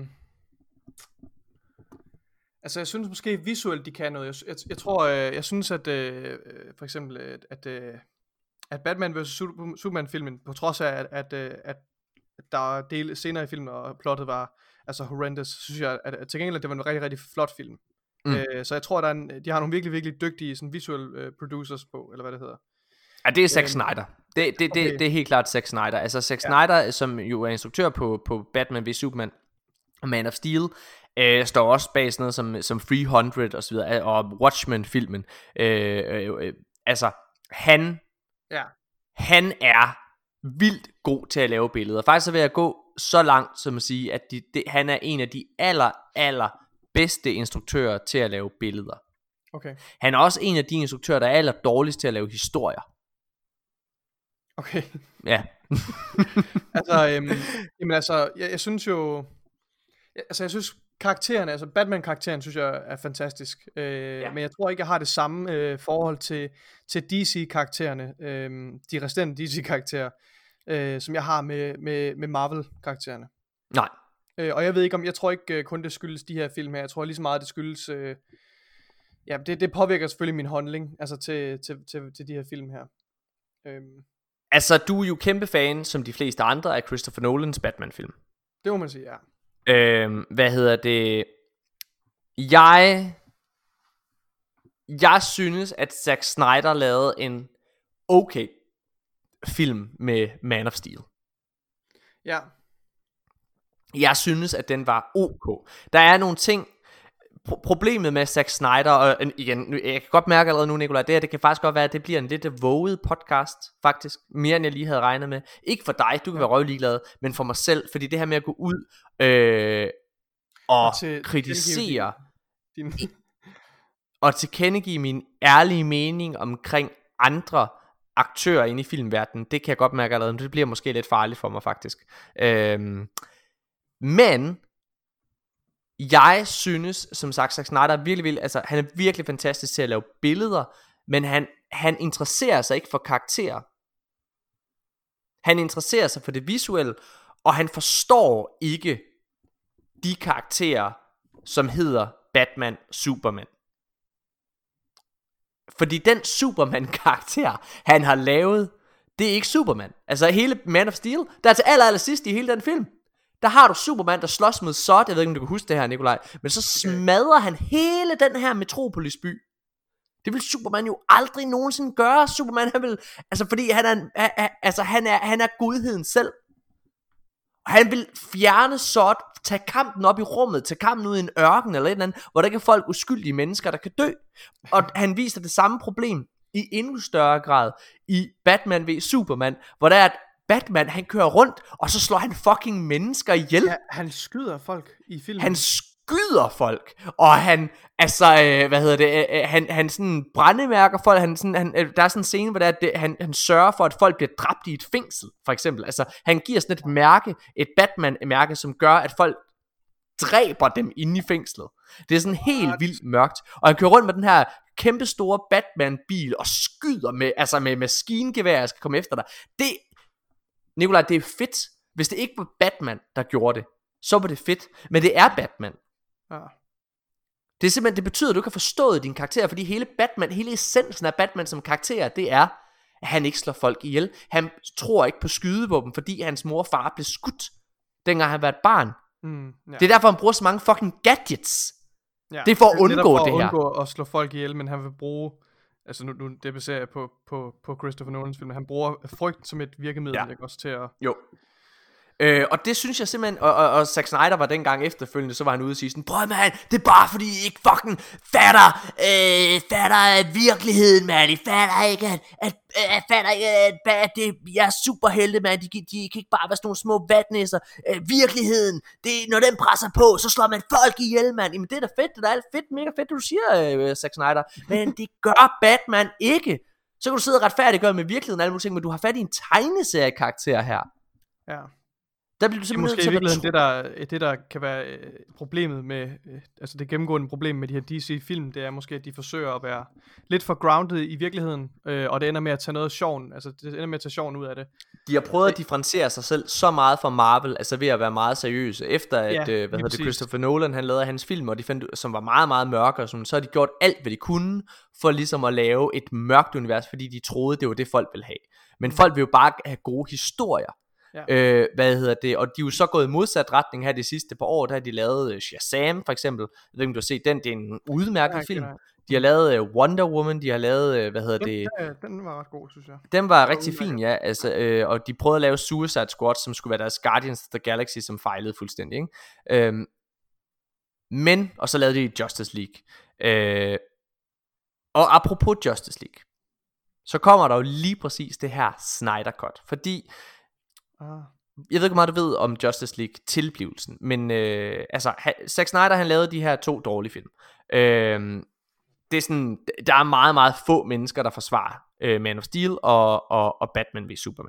jeg synes måske visuelt de kan noget. Jeg tror jeg synes at for eksempel at Batman vs Superman filmen, på trods af at der er dele senere i filmen og plottet var altså horrendous, synes jeg at til gengæld det var en rigtig, rigtig flot film. Så jeg tror de har nogle virkelig, virkelig dygtige sådan visual producers på, eller hvad det hedder. Ja, det er Zack Snyder. Det er helt klart Zack Snyder. Altså Zack Snyder, som jo er instruktør på Batman vs Superman og Man of Steel, står også bag sådan noget som 300 og så videre, og Watchmen-filmen. Altså han er vildt god til at lave billeder. Faktisk så vil jeg gå så langt som at sige, at han er en af de aller bedste instruktører til at lave billeder. Okay. Han er også en af de instruktører, der er aller dårligst til at lave historier. Okay. Ja. Jeg synes jo, jeg synes karaktererne, altså Batman-karakteren synes jeg er fantastisk, men jeg tror ikke jeg har det samme forhold til DC-karaktererne, de resterende DC-karakterer, som jeg har med Marvel-karaktererne. Nej. Og jeg ved ikke om, jeg tror ikke kun det skyldes de her film her, jeg tror lige så meget det skyldes, det påvirker selvfølgelig min handling, altså til de her film her. Altså du er jo kæmpe fan, som de fleste andre, af Christopher Nolans Batman-film. Det må man sige, ja. Hvad hedder det? Jeg synes, at Zack Snyder lavede en okay film med Man of Steel. Ja. Jeg synes, at den var ok. Der er nogle ting problemet med Zack Snyder, og igen, jeg kan godt mærke allerede nu, Nikolaj, det kan faktisk godt være, at det bliver en lidt våget podcast, faktisk, mere end jeg lige havde regnet med. Ikke for dig, du kan være røvligeglad, men for mig selv, fordi det her med at gå ud og kritisere og tilkendegive min ærlige mening omkring andre aktører inde i filmverdenen, det kan jeg godt mærke allerede, men det bliver måske lidt farligt for mig faktisk. Men jeg synes, som sagt, Zack Snyder er virkelig, altså han er virkelig fantastisk til at lave billeder, men han interesserer sig ikke for karakterer. Han interesserer sig for det visuelle, og han forstår ikke de karakterer, som hedder Batman, Superman. Fordi den Superman-karakter, han har lavet, det er ikke Superman. Altså hele Man of Steel, der er til aller sidst i hele den film, der har du Superman, der slås mod Zod. Jeg ved ikke, om du kan huske det her, Nikolaj. Men så smadrer han hele den her metropolisby. Det vil Superman jo aldrig nogensinde gøre. Superman, han vil, altså fordi han er godheden selv. Og han vil fjerne Zod, tage kampen op i rummet, tage kampen ud i en ørken eller et eller andet, hvor der ikke er folk uskyldige mennesker, der kan dø. Og han viser det samme problem i endnu større grad i Batman v Superman, hvor der er, at Batman, han kører rundt, og så slår han fucking mennesker ihjel. Ja, han skyder folk i filmen. Han skyder folk, og han, altså, han sådan brændemærker folk, der er sådan en scene, hvor han sørger for, at folk bliver dræbt i et fængsel, for eksempel. Altså, han giver sådan et mærke, et Batman-mærke, som gør, at folk dræber dem inde i fængslet. Det er sådan helt vildt mørkt, og han kører rundt med den her kæmpe store Batman-bil, og skyder med maskingevær, jeg skal komme efter dig. Nikolaj, det er fedt. Hvis det ikke var Batman, der gjorde det, så var det fedt. Men det er Batman. Ja. Det er simpelthen, det betyder, at du kan forstå din karakter, fordi hele essensen af Batman som karakter, det er, at han ikke slår folk ihjel. Han tror ikke på skydevåben, fordi hans mor og far blev skudt, dengang han var et barn. Det er derfor, han bruger så mange fucking gadgets. Ja. Det er for at undgå det her. Det er for at undgå at slå folk ihjel, men han vil bruge, altså nu det baserer jeg på Christopher Nolans film, han bruger frygt som et virkemiddel, ikke også til at... Jo. Og det synes jeg simpelthen, og Zack Snyder var dengang efterfølgende, så var han ude og sige sådan, prøv man, det er bare fordi I ikke fucking fatter virkeligheden, man. I fatter ikke, at jeg er superhelte, man. De kan ikke bare være sådan nogle små vatnæsser. Virkeligheden, når den presser på, så slår man folk ihjel, man. Jamen det er da fedt, det er da alt fedt, mega fedt, det du siger, Zack Snyder. Men det gør Batman ikke. Så kan du sidde og retfærdiggøre med virkeligheden alle mulige ting, men du har fat i en tegneseriekarakter her. Ja. Der bliver du simpelthen det er måske i virkeligheden det der kan være problemet med altså det gennemgående problem med de her DC-film, det er måske at de forsøger at være lidt for grounded i virkeligheden, og det ender med at tage noget sjoven, altså det ender med at tage sjoven ud af det. De har prøvet at differentiere sig selv så meget fra Marvel, altså ved at være meget seriøse, efter at Christopher Nolan han lavede hans film, og de fandt, som var meget meget mørke og sådan, så har de gjort alt hvad de kunne for ligesom at lave et mørkt univers, fordi de troede det var det folk ville have. Men folk vil jo bare have gode historier. Ja. Og de er jo så gået i modsat retning her de sidste par år. Der har de lavet Shazam for eksempel. Jeg ved ikke om du har set den. Det er en udmærket film. De har lavet Wonder Woman. De har lavet den var ret god, synes jeg. Den var rigtig fin, ja. Altså, og de prøvede at lave Suicide Squad, som skulle være deres Guardians of the Galaxy, som fejlede fuldstændig, ikke? Men og så lavede de Justice League. Og apropos Justice League, så kommer der jo lige præcis det her Snyder Cut, fordi jeg ved ikke meget du ved om Justice League tilblivelsen, men Zack Snyder han lavede de her 2 dårlige film. Det er sådan, der er meget meget få mennesker der forsvarer Man of Steel og Batman v Superman.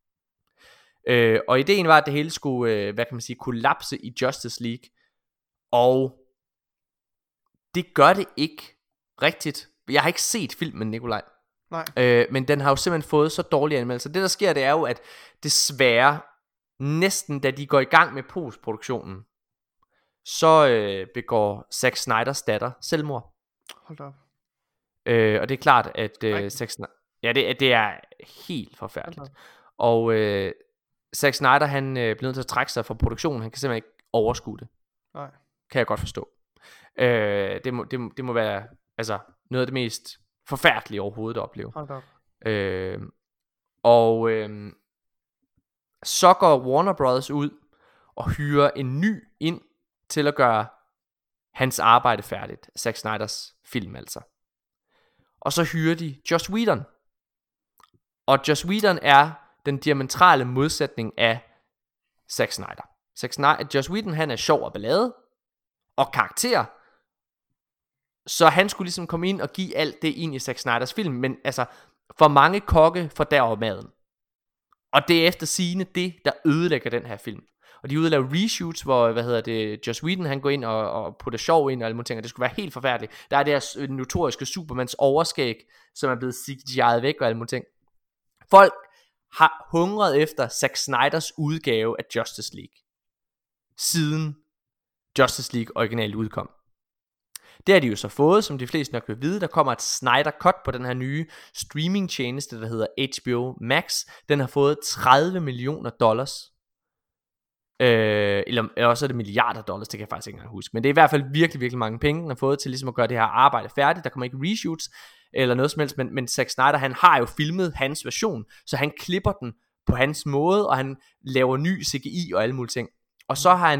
Og ideen var at det hele skulle hvad kan man sige kollapse i Justice League, og det gør det ikke rigtigt. Jeg har ikke set filmen, Nikolaj. Nej. Men den har jo simpelthen fået så dårlige anmeldelser. Det der sker, det er jo at desværre næsten da de går i gang med postproduktionen, så begår Zack Snyders datter selvmord. Hold da op. Og det er klart at Zack Snyder, ja det er helt forfærdeligt. Og Zack Snyder han bliver nødt til at trække sig fra produktionen. Han kan simpelthen ikke overskue det. Nej. Kan jeg godt forstå. Det må være altså noget af det mest forfærdelige overhovedet at opleve. Hold da op. Så går Warner Brothers ud og hyrer en ny ind til at gøre hans arbejde færdigt. Zack Snyders film altså. Og så hyrer de Joss Whedon. Og Joss Whedon er den diametrale modsætning af Zack Snyder. Joss Whedon, han er sjov og ballade og karakter. Så han skulle ligesom komme ind og give alt det ind i Zack Snyders film. Men altså, for mange kokke fordærver maden. Og det er efter sigende det, der ødelægger den her film. Og de udlaver reshoots, hvor, Joss Whedon, han går ind og putter sjov ind og alle mulige ting, og det skulle være helt forfærdeligt. Der er det her notoriske Supermans overskæg, som er blevet CGI'et væk og alle mulige ting. Folk har hungret efter Zack Snyders udgave af Justice League, siden Justice League originalt udkom. Det har de jo så fået, som de fleste nok vil vide. Der kommer et Snyder Cut på den her nye streamingtjeneste, der hedder HBO Max. Den har fået $30 millioner. Eller også er det milliarder dollars, det kan jeg faktisk ikke engang huske. Men det er i hvert fald virkelig, virkelig mange penge, den har fået til ligesom at gøre det her arbejde færdigt. Der kommer ikke reshoots eller noget som helst, men Zack Snyder, han har jo filmet hans version, så han klipper den på hans måde, og han laver ny CGI og alle mulige ting. Og så har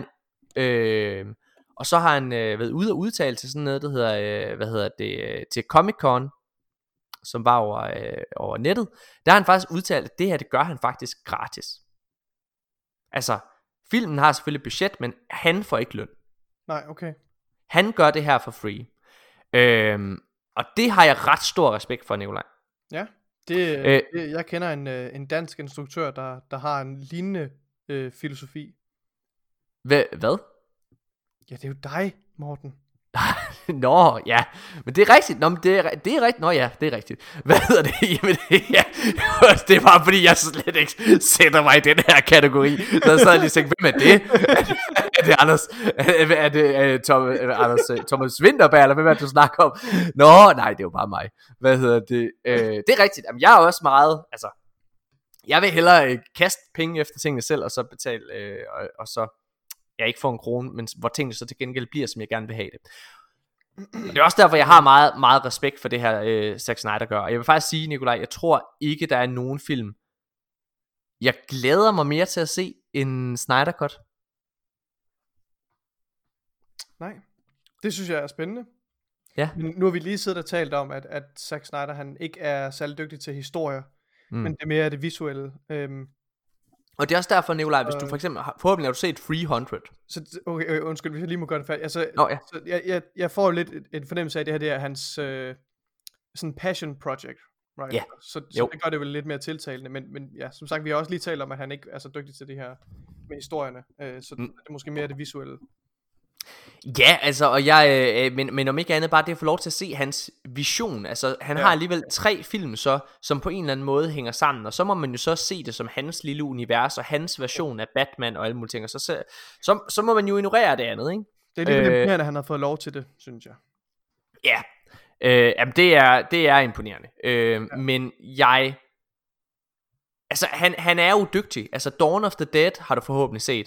han været ude og udtale til sådan noget, der hedder, til Comic Con, som var over nettet. Der har han faktisk udtalt, at det her, det gør han faktisk gratis. Altså, filmen har selvfølgelig budget, men han får ikke løn. Nej, okay. Han gør det her for free. Og det har jeg ret stor respekt for, Nikolaj. Ja, jeg kender en dansk instruktør, der har en lignende filosofi. Hvad? Ja, det er jo dig, Morten. Nå, ja. Men det er rigtigt. Nå, men det er rigtigt. Nå ja, det er rigtigt. Hvad hedder det? Jamen, det er bare fordi, jeg slet ikke sætter mig i den her kategori. Så sad jeg lige og tænkte, hvem er det? Er det Anders? Er det Thomas Vinterberg, eller hvem er det, du snakker om? Nå, nej, det er jo bare mig. Hvad hedder det? Det er rigtigt. Jamen, jeg er også meget, altså, jeg vil hellere kaste penge efter tingene selv, og så betale, og så jeg ikke får en krone, men hvor tingene så til gengæld bliver, som jeg gerne vil have det. Og det er også derfor, jeg har meget, meget respekt for det her, Zack Snyder gør. Og jeg vil faktisk sige, Nikolaj, jeg tror ikke, der er nogen film, jeg glæder mig mere til at se end Snyder Cut. Nej, det synes jeg er spændende. Ja. Men nu har vi lige siddet og talt om, at Zack Snyder, han ikke er særlig dygtig til historier, men det er mere det visuelle. Og det er også derfor, Nikolaj, hvis du for eksempel forhåbentlig har du set 300. Så okay, undskyld, hvis jeg lige må gøre det færdigt. Altså, ja. Så jeg får lidt en fornemmelse af, at det her det er hans sådan passion project, right? Ja. Så det gør det vel lidt mere tiltalende, men ja, som sagt, vi har også lige talt om, at han ikke er så dygtig til det her med historierne, så det er måske mere det visuelle. Ja, altså, og jeg, men om ikke andet, bare det at få lov til at se hans vision. Altså, han har alligevel 3 film så, som på en eller anden måde hænger sammen, og så må man jo så se det som hans lille univers, og hans version af Batman og alle mulige ting, og så må man jo ignorere det andet, ikke? Det er lidt imponerende, at han har fået lov til det, synes jeg. Ja, jamen det er imponerende, men altså, han er jo dygtig. Altså, Dawn of the Dead har du forhåbentlig set.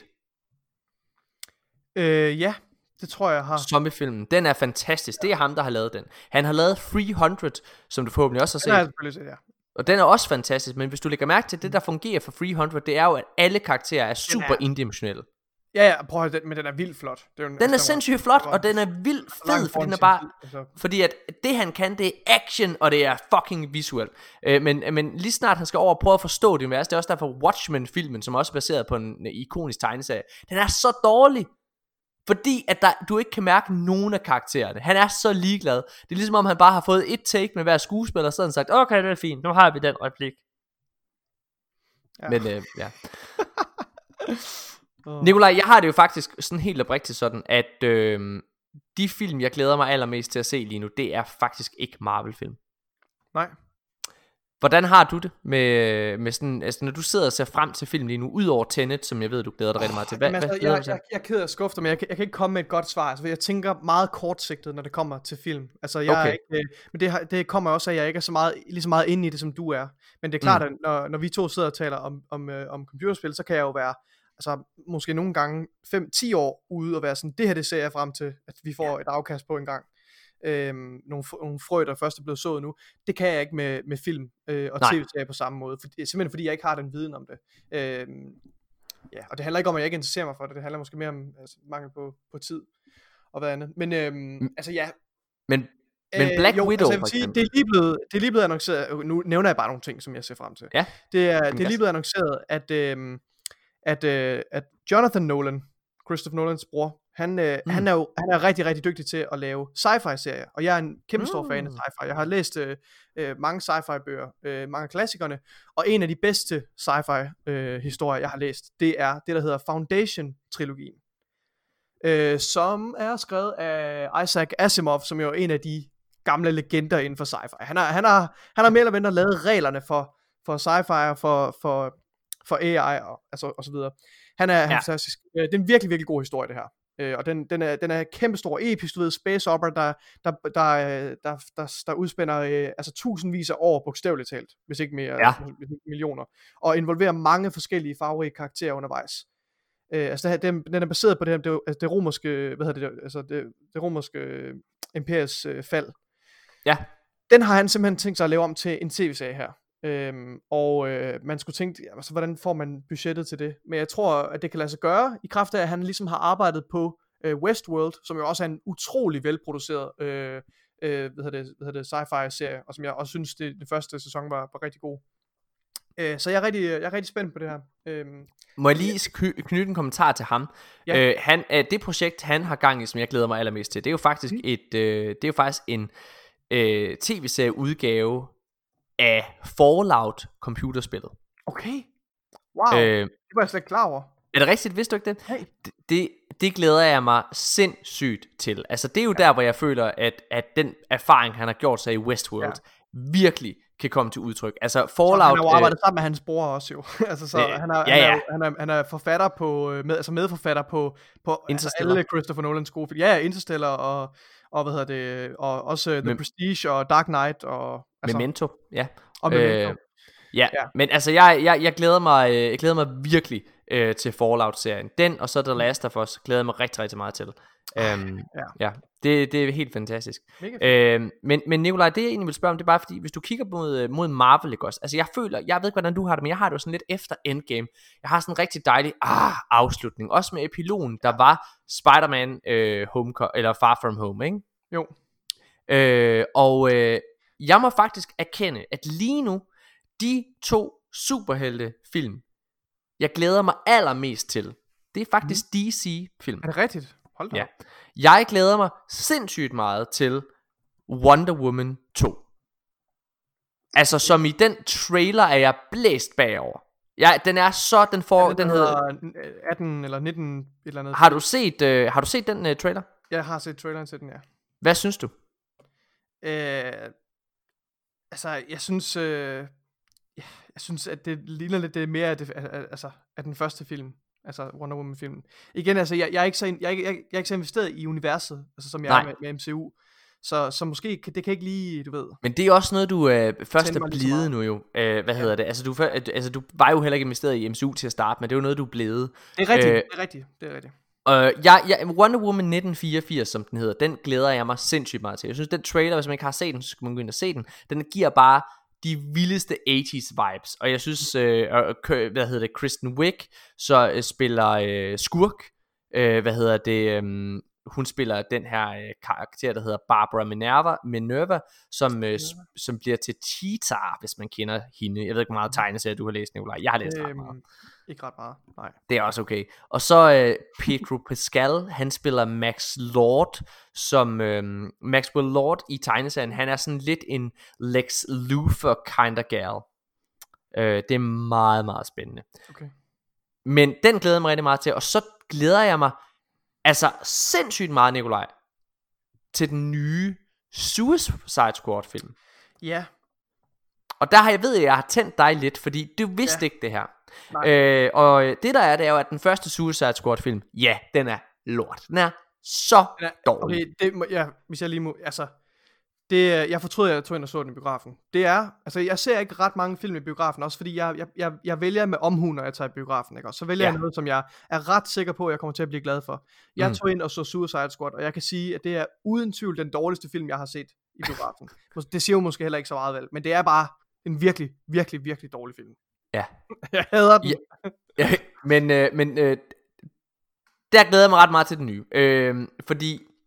Ja, det tror jeg har. Zombiefilmen, den er fantastisk. Det er ham, der har lavet den. Han har lavet 300, som du forhåbentlig også har set. Den har jeg selvfølgelig set, ja. Og den er også fantastisk. Men hvis du lægger mærke til det, der fungerer for 300, det er jo, at alle karakterer er super indimensionelle. Ja, prøv at høre, men den er vildt flot. Den er sindssygt flot, og den er vildt fed, fordi den er bare... Fordi at det han kan, det er action, og det er fucking visuelt. Men lige snart han skal over og prøve at forstå det univers, det er også derfor Watchmen-filmen, som også er baseret på en ikonisk tegneserie, den er så dårlig. Fordi at du ikke kan mærke nogen af karaktererne. Han er så ligeglad. Det er ligesom om han bare har fået et take med hver skuespiller, og så har han sagt, okay, det er fint, nu har vi den replik. Ja. Men ja. Nikolaj, jeg har det jo faktisk sådan helt oprigtigt sådan, at de film, jeg glæder mig allermest til at se lige nu, det er faktisk ikke Marvel-film. Nej. Hvordan har du det med sådan, altså når du sidder og ser frem til film lige nu, ud over Tenet, som jeg ved, du glæder dig rigtig meget til? Jeg er ked af at skuffe dig, men jeg kan ikke komme med et godt svar. Altså, jeg tænker meget kortsigtet, når det kommer til film. Altså, jeg er ikke, men det kommer også af, at jeg ikke er lige så meget inde i det, som du er. Men det er klart, at når vi to sidder og taler om computerspil, så kan jeg jo være, altså måske nogle gange 5-10 år ude og være sådan, det her det ser jeg frem til, at vi får et afkast på en gang. Nogle frø, der først er blevet sået nu. Det kan jeg ikke med film og tv-serier på samme måde, simpelthen fordi jeg ikke har den viden om det. Ja, og det handler ikke om, at jeg ikke interesserer mig for det. Det handler måske mere om mangel på tid. og hvad andet. Men altså ja. Men Black Widow, altså jeg vil sige, det er lige blevet annonceret. Nu nævner jeg bare nogle ting, som jeg ser frem til. Ja. Det er lige blevet annonceret, at Jonathan Nolan, Christopher Nolans bror, han er rigtig, rigtig dygtig til at lave sci-fi-serier, og jeg er en kæmpe stor fan af sci-fi. Jeg har læst mange sci-fi-bøger, mange af klassikerne, og en af de bedste sci-fi-historier, jeg har læst, det er det, der hedder Foundation-trilogien, som er skrevet af Isaac Asimov, som jo er en af de gamle legender inden for sci-fi. Han har mere eller mindre lavet reglerne for sci-fi og for AI og så videre. Han er fantastisk. Det er en virkelig, virkelig god historie, det her. Og den er kæmpestor, episk, du ved, space opera, der udspænder altså tusindvis af år, bogstaveligt talt, hvis ikke mere, millioner, og involverer mange forskellige farverige karakterer undervejs. Altså den er baseret på det romerske, det romerske imperiets fald. Ja. Den har han simpelthen tænkt sig at lave om til en tv-serie her. Man skulle tænke, altså, hvordan får man budgettet til det? Men jeg tror, at det kan lade sig gøre, i kraft af, at han ligesom har arbejdet på Westworld, som jo også er en utrolig velproduceret sci-fi-serie, og som jeg også synes, det første sæson var rigtig god. Så jeg er rigtig spændt på det her. Må jeg lige knytte en kommentar til ham? Ja. Det projekt, han har gang i, som jeg glæder mig allermest til, det er jo faktisk en tv-serie udgave af Fallout computerspillet. Okay. Wow. Det var jeg slet ikke klar over. Er det rigtigt? Vidste du ikke det? Hey. Det glæder jeg mig sindssygt til. Altså det er jo der, hvor jeg føler, at den erfaring, han har gjort sig i Westworld, virkelig kan komme til udtryk. Altså Fallout. Han har jo arbejdet sammen med hans bror også jo. Altså så han er forfatter på medforfatter på altså alle Christopher Nolans gode film. Ja, Interstellar og hvad hedder det, og også The Prestige og Dark Knight og altså, Memento. Ja. Og Memento. Men altså jeg glæder mig virkelig til Fallout-serien. Den og så The Last of Us glæder jeg mig rigtig, rigtig meget til. Det er helt fantastisk. Men Nikolaj, det jeg egentlig vil spørge om, det er bare fordi, hvis du kigger mod Marvel, ikke også? Altså jeg ved ikke hvordan du har det, men jeg har det jo sådan lidt efter Endgame. Jeg har sådan en rigtig dejlig afslutning, også med epilogen, der var Spider-Man eller Far From Home, ikke? Jo. Jeg må faktisk erkende, at lige nu de 2 superhelte film, jeg glæder mig allermest til, det er faktisk DC film. Er det rigtigt? Hold da. Ja. Jeg glæder mig sindssygt meget til Wonder Woman 2. Altså som i den trailer er jeg blæst bagover. Den er så, den hedder 18 eller 19 et eller andet. Har du set den trailer? Jeg har set traileren til den, ja. Hvad synes du? Altså jeg synes at det ligner lidt det mere af den første film, altså Wonder Woman filmen. Igen, altså jeg er ikke så investeret i universet, altså som jeg er med MCU. Så måske det kan ikke lige, du ved. Men det er også noget du først er blevet nu jo. Hvad hedder det? Altså du var jo heller ikke investeret i MCU til at starte, men det er jo noget du er blevet. Det er rigtigt. Det er rigtigt. Wonder Woman 1984, som den hedder, den glæder jeg mig sindssygt meget til. Jeg synes den trailer, hvis man ikke har set den, så skal man gå ind og se den. Den giver bare de vildeste 80's vibes. Og jeg synes Kristen Wiig så spiller skurk. Hun spiller den her karakter, der hedder Barbara Minerva, som bliver til Cheetah, hvis man kender hende. Jeg ved ikke, hvor meget tegneserie du har læst, Nikolaj. Jeg har læst ret meget. Ikke ret meget, nej. Det er også okay. Og så Pedro Pascal, han spiller Max Lord, som Maxwell Lord i tegneserien. Han er sådan lidt en Lex Luthor kind of gal. Det er meget, meget spændende. Okay. Men den glæder jeg mig rigtig meget til. Og så glæder jeg mig altså sindssygt meget, Nikolaj, til den nye Suicide Squad film. Ja. Og der jeg har tændt dig lidt, fordi du vidste ikke det her. Og det der er, det er jo, at den første Suicide Squad film, den er lort. Den er så dårlig. Okay, hvis jeg lige må, altså, jeg fortryder, at jeg tog ind og så den i biografen. Det er, altså jeg ser ikke ret mange film i biografen, også fordi jeg vælger med omhu, når jeg tager i biografen, ikke? Og så vælger jeg noget, som jeg er ret sikker på, at jeg kommer til at blive glad for. Jeg tog ind og så Suicide Squad, og jeg kan sige, at det er uden tvivl den dårligste film, jeg har set i biografen. Det siger jo måske heller ikke så meget vel, men det er bare en virkelig, virkelig, virkelig dårlig film. Ja. Jeg hader den. Men der glæder jeg mig ret meget til den nye. Fordi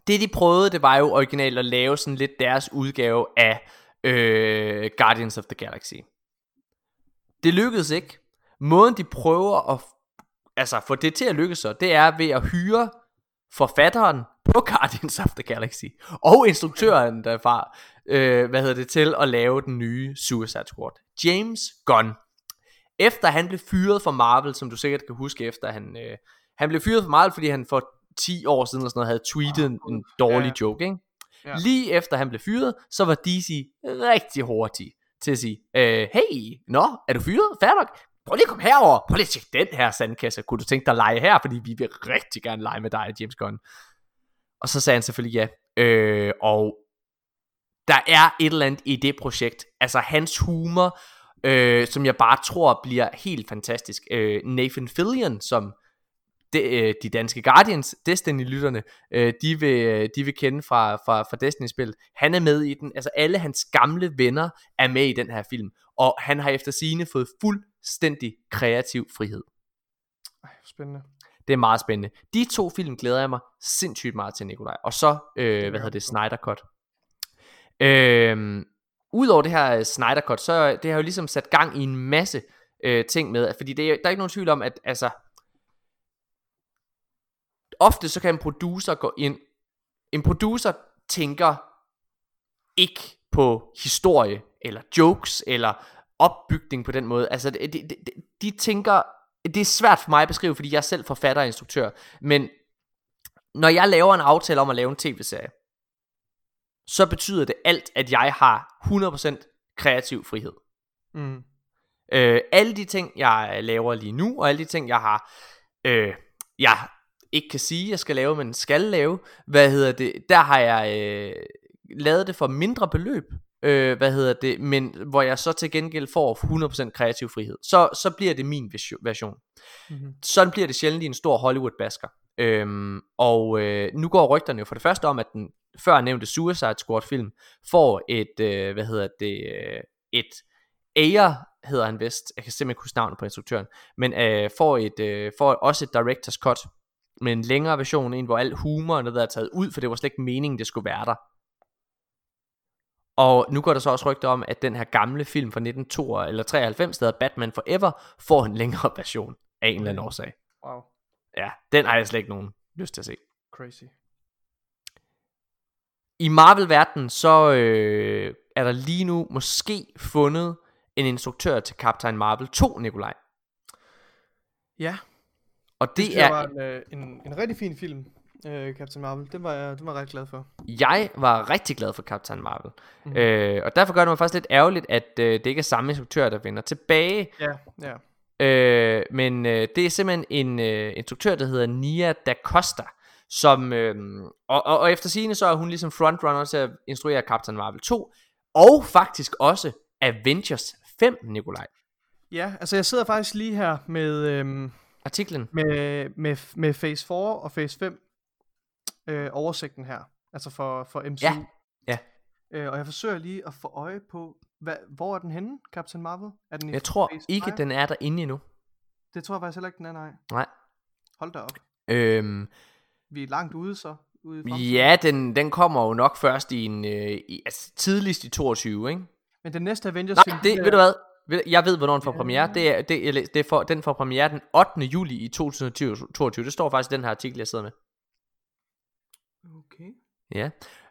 det de prøvede, det var jo originalt at lave sådan lidt deres udgave af Guardians of the Galaxy. Det lykkedes ikke. Måden de prøver at få det til at lykkes så, det er ved at hyre forfatteren på Guardians of the Galaxy og instruktøren derfra, til at lave den nye Suicide Squad. James Gunn. Efter han blev fyret fra Marvel, som du sikkert kan huske, efter han blev fyret fra Marvel, fordi han for 10 år siden eller sådan noget, havde tweetet en dårlig joke, ikke? Ja. Lige efter han blev fyret, så var DC rigtig hurtig til at sige, hey, er du fyret? Fair nok. Prøv lige at komme herover. Prøv lige at tjekke den her sandkasse. Kunne du tænke dig at lege her? Fordi vi vil rigtig gerne lege med dig, James Gunn. Og så sagde han selvfølgelig ja. Og der er et eller andet i det projekt. Altså hans humor, som jeg bare tror bliver helt fantastisk. Nathan Fillion, som de danske Guardians, Destiny-lytterne, de vil kende fra Destiny-spillet. Han er med i den. Altså alle hans gamle venner er med i den her film. Og han har efter sigende fået fuldstændig kreativ frihed. Spændende. Det er meget spændende. De 2 film glæder jeg mig sindssygt meget til, Nikolaj. Og så, Snyder Cut. Udover det her Snyder Cut, så det har jo ligesom sat gang i en masse ting med. Fordi der er ikke nogen tvivl om, at altså, ofte så kan en producer gå ind. En producer tænker ikke på historie, eller jokes, eller opbygning på den måde. Altså de tænker, det er svært for mig at beskrive, fordi jeg er selv forfatter og instruktør. Men når jeg laver en aftale om at lave en tv-serie, så betyder det alt, at jeg har 100% kreativ frihed. Alle de ting jeg laver lige nu, og alle de ting jeg har jeg ikke kan sige jeg skal lave, men skal lave, der har jeg lavet det for mindre beløb, men hvor jeg så til gengæld får 100% kreativ frihed. Så bliver det min version. Sådan bliver det sjældent i en stor Hollywood-basker. Nu går rygterne jo for det første om, at den før nævnte Suicide Squad film får et et Ayer hedder han vist. Jeg kan simpelthen ikke huske navnet på instruktøren, men får også et director's cut med en længere version, en hvor al humoren er taget ud, for det var slet ikke meningen det skulle være der. Og nu går der så også rygter om, at den her gamle film fra 1993, der hedder Batman Forever, får en længere version af en eller anden årsag. Wow. Ja, den har jeg slet ikke nogen lyst til at se. Crazy. I Marvel-verdenen, så er der lige nu måske fundet en instruktør til Captain Marvel 2, Nikolaj. Ja. Og det er var en rigtig fin film, Captain Marvel. Det var jeg rigtig glad for. Jeg var rigtig glad for Captain Marvel. Og derfor gør det mig faktisk lidt ærgerligt, at det ikke er samme instruktør, der vender tilbage. Ja. Men det er simpelthen en instruktør, der hedder Nia Da Costa, som og efter sigende så er hun ligesom frontrunner til at instruere Captain Marvel 2, og faktisk også Avengers 5, Nikolaj. Ja, altså jeg sidder faktisk lige her med artiklen med Phase 4 og Phase 5 oversigten her, altså for MCU. Ja. Og jeg forsøger lige at få øje på, hvor er den henne, Captain Marvel? Er den i jeg tror Phase ikke 5? Den er der inde endnu. Det tror jeg faktisk heller ikke den er, nej. Hold da op. Vi er langt ude så. Ja, den kommer jo nok først altså tidligst i 22, ikke? Men den næste Avengers film... Nej, ved du hvad? Jeg ved, hvornår den får premiere. Den får premiere den 8. juli i 2022. Det står faktisk i den her artikel, jeg sidder med. Okay. Ja.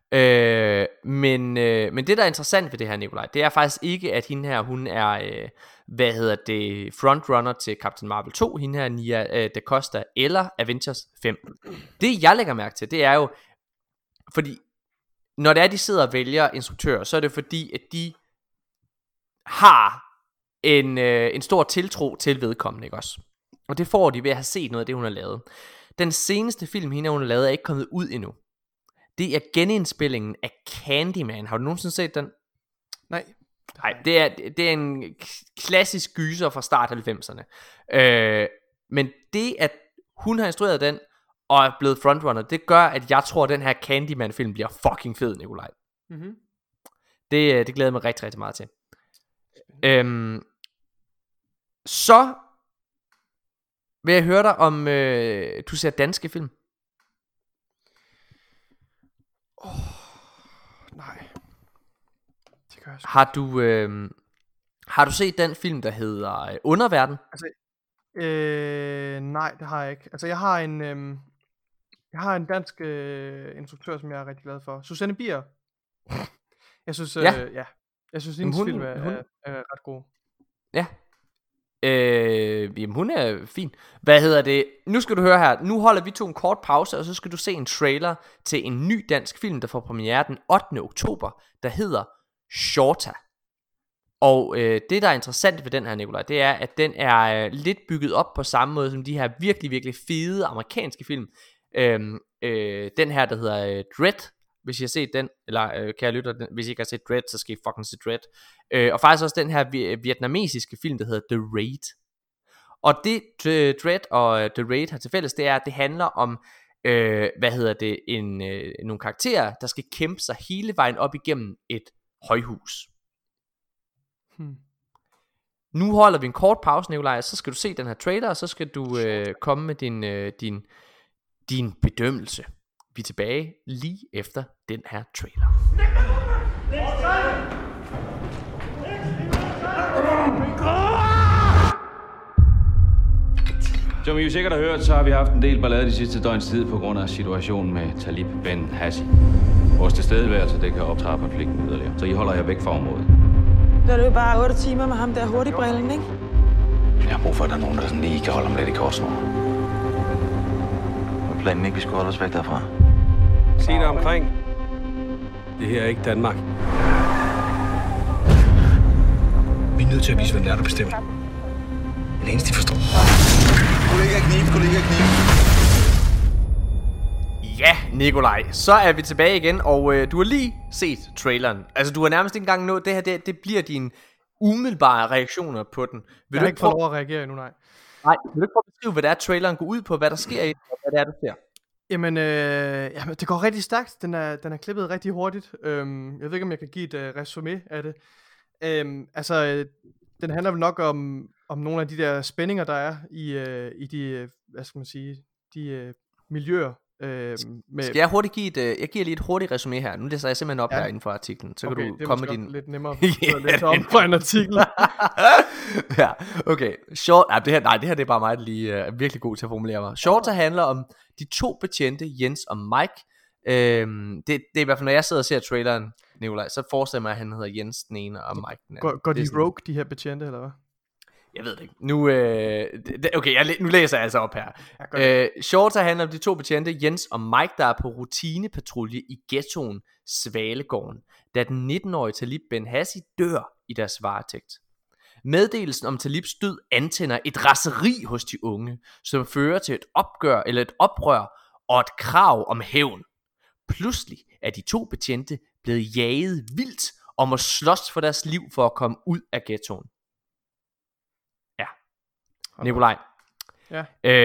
Men det der er interessant ved det her, Nikolaj, det er faktisk ikke, at hende her, hun er frontrunner til Captain Marvel 2, hende her Nia Da Costa, eller Avengers 5. Det jeg lægger mærke til, det er jo, fordi når det er, de sidder og vælger instruktører, så er det fordi, at de har en stor tiltro til vedkommende, ikke også? Og det får de ved at have set noget af det, hun har lavet. Den seneste film, hende hun har lavet, er ikke kommet ud endnu. Det er genindspillingen af Candyman. Har du nogensinde set den? Nej, det er en klassisk gyser fra start 90'erne. Men det, at hun har instrueret den, og er blevet frontrunner, det gør, at jeg tror, at den her Candyman-film bliver fucking fed, Nikolaj. Det glæder jeg mig rigtig, rigtig meget til. Så vil jeg høre dig om, du ser danske film. Nej. Det gør jeg sgu. Har du set den film, der hedder Underverden? Altså, nej, det har jeg ikke. Altså, jeg har en dansk instruktør, som jeg er rigtig glad for. Susanne Bier. Jeg synes, Ja. Jeg synes, hendes film er ret god. Ja. Jamen hun er fin. Hvad hedder det? Nu skal du høre her. Nu holder vi to en kort pause, og så skal du se en trailer til en ny dansk film, der får premiere den 8. oktober, der hedder Shorta. Og det der er interessant ved den her, Nikolaj, det er at den er lidt bygget op på samme måde som de her virkelig virkelig fede amerikanske film. Den her der hedder Dread, hvis I har set den, eller kære lytter, hvis I ikke har set Dread, så skal I fucking se Dread. Og faktisk også den her vietnamesiske film, der hedder The Raid. Og det Dread og The Raid har til fælles, det er at det handler om nogle karakterer, der skal kæmpe sig hele vejen op igennem et højhus. Nu holder vi en kort pause, Nikolaj. Så skal du se den her trailer, og så skal du komme med din bedømmelse. Vi er tilbage lige efter den her trailer. Som I jo sikkert har hørt, så har vi haft en del ballade de sidste døgns tid på grund af situationen med Talib Ben Hassi. Vores tilstedeværelse, det kan optrappe konflikten yderligere, så I holder jer væk fra området. Det er jo bare 8 timer med ham der hurtigbrillen, ikke? Jeg har brug for, at der er nogen, der sådan lige kan holde ham lidt i korsnår. Var planen ikke, vi skulle holde os væk derfra? Se dig omkring. Det her er ikke Danmark. Vi er nødt til at vise, hvem det er, der bestemmer. Det eneste, de forstår. Kollega kniv. Ja, Nikolaj, så er vi tilbage igen, og du har lige set traileren. Altså, du har nærmest ikke engang nået det her, det bliver dine umiddelbare reaktioner på den. Jeg har ikke fået lov at reagere endnu, nej. Nej, vil du ikke prøve at beskrive, hvad det er, traileren går ud på, hvad der sker i, og hvad det er, du ser? Jamen, det går rigtig stærkt. Den er klippet rigtig hurtigt. Jeg ved ikke, om jeg kan give et resumé af det. Den handler vel nok om nogle af de der spændinger, der er i de, hvad skal man sige, de miljøer. Skal jeg hurtigt jeg giver lige et hurtigt resumé her. Nu læser jeg simpelthen op her inden for artiklen. Så kan du komme med din... lidt nemmere at læse om for en artikel. Ja, okay. Det her det er bare mig, der lige er virkelig god til at formulere mig. Shorta handler om de to betjente, Jens og Mike. Det er i hvert fald, når jeg sidder og ser traileren, Nikolaj, så forestiller mig, at han hedder Jens den ene, og Mike den anden. Går de rogue, de her betjente, eller hvad? Jeg ved det ikke. Nu læser jeg altså op her. Shorta handler om de to betjente, Jens og Mike, der er på rutinepatrulje i ghettoen Svalegården, da den 19-årige Talib Ben Hassi dør i deres varetægt. Meddelelsen om Talibs død antænder et raseri hos de unge, som fører til et oprør og et krav om hævn. Pludselig er de to betjente blevet jaget vildt og må slås for deres liv for at komme ud af ghettoen. Nikolaj, ja.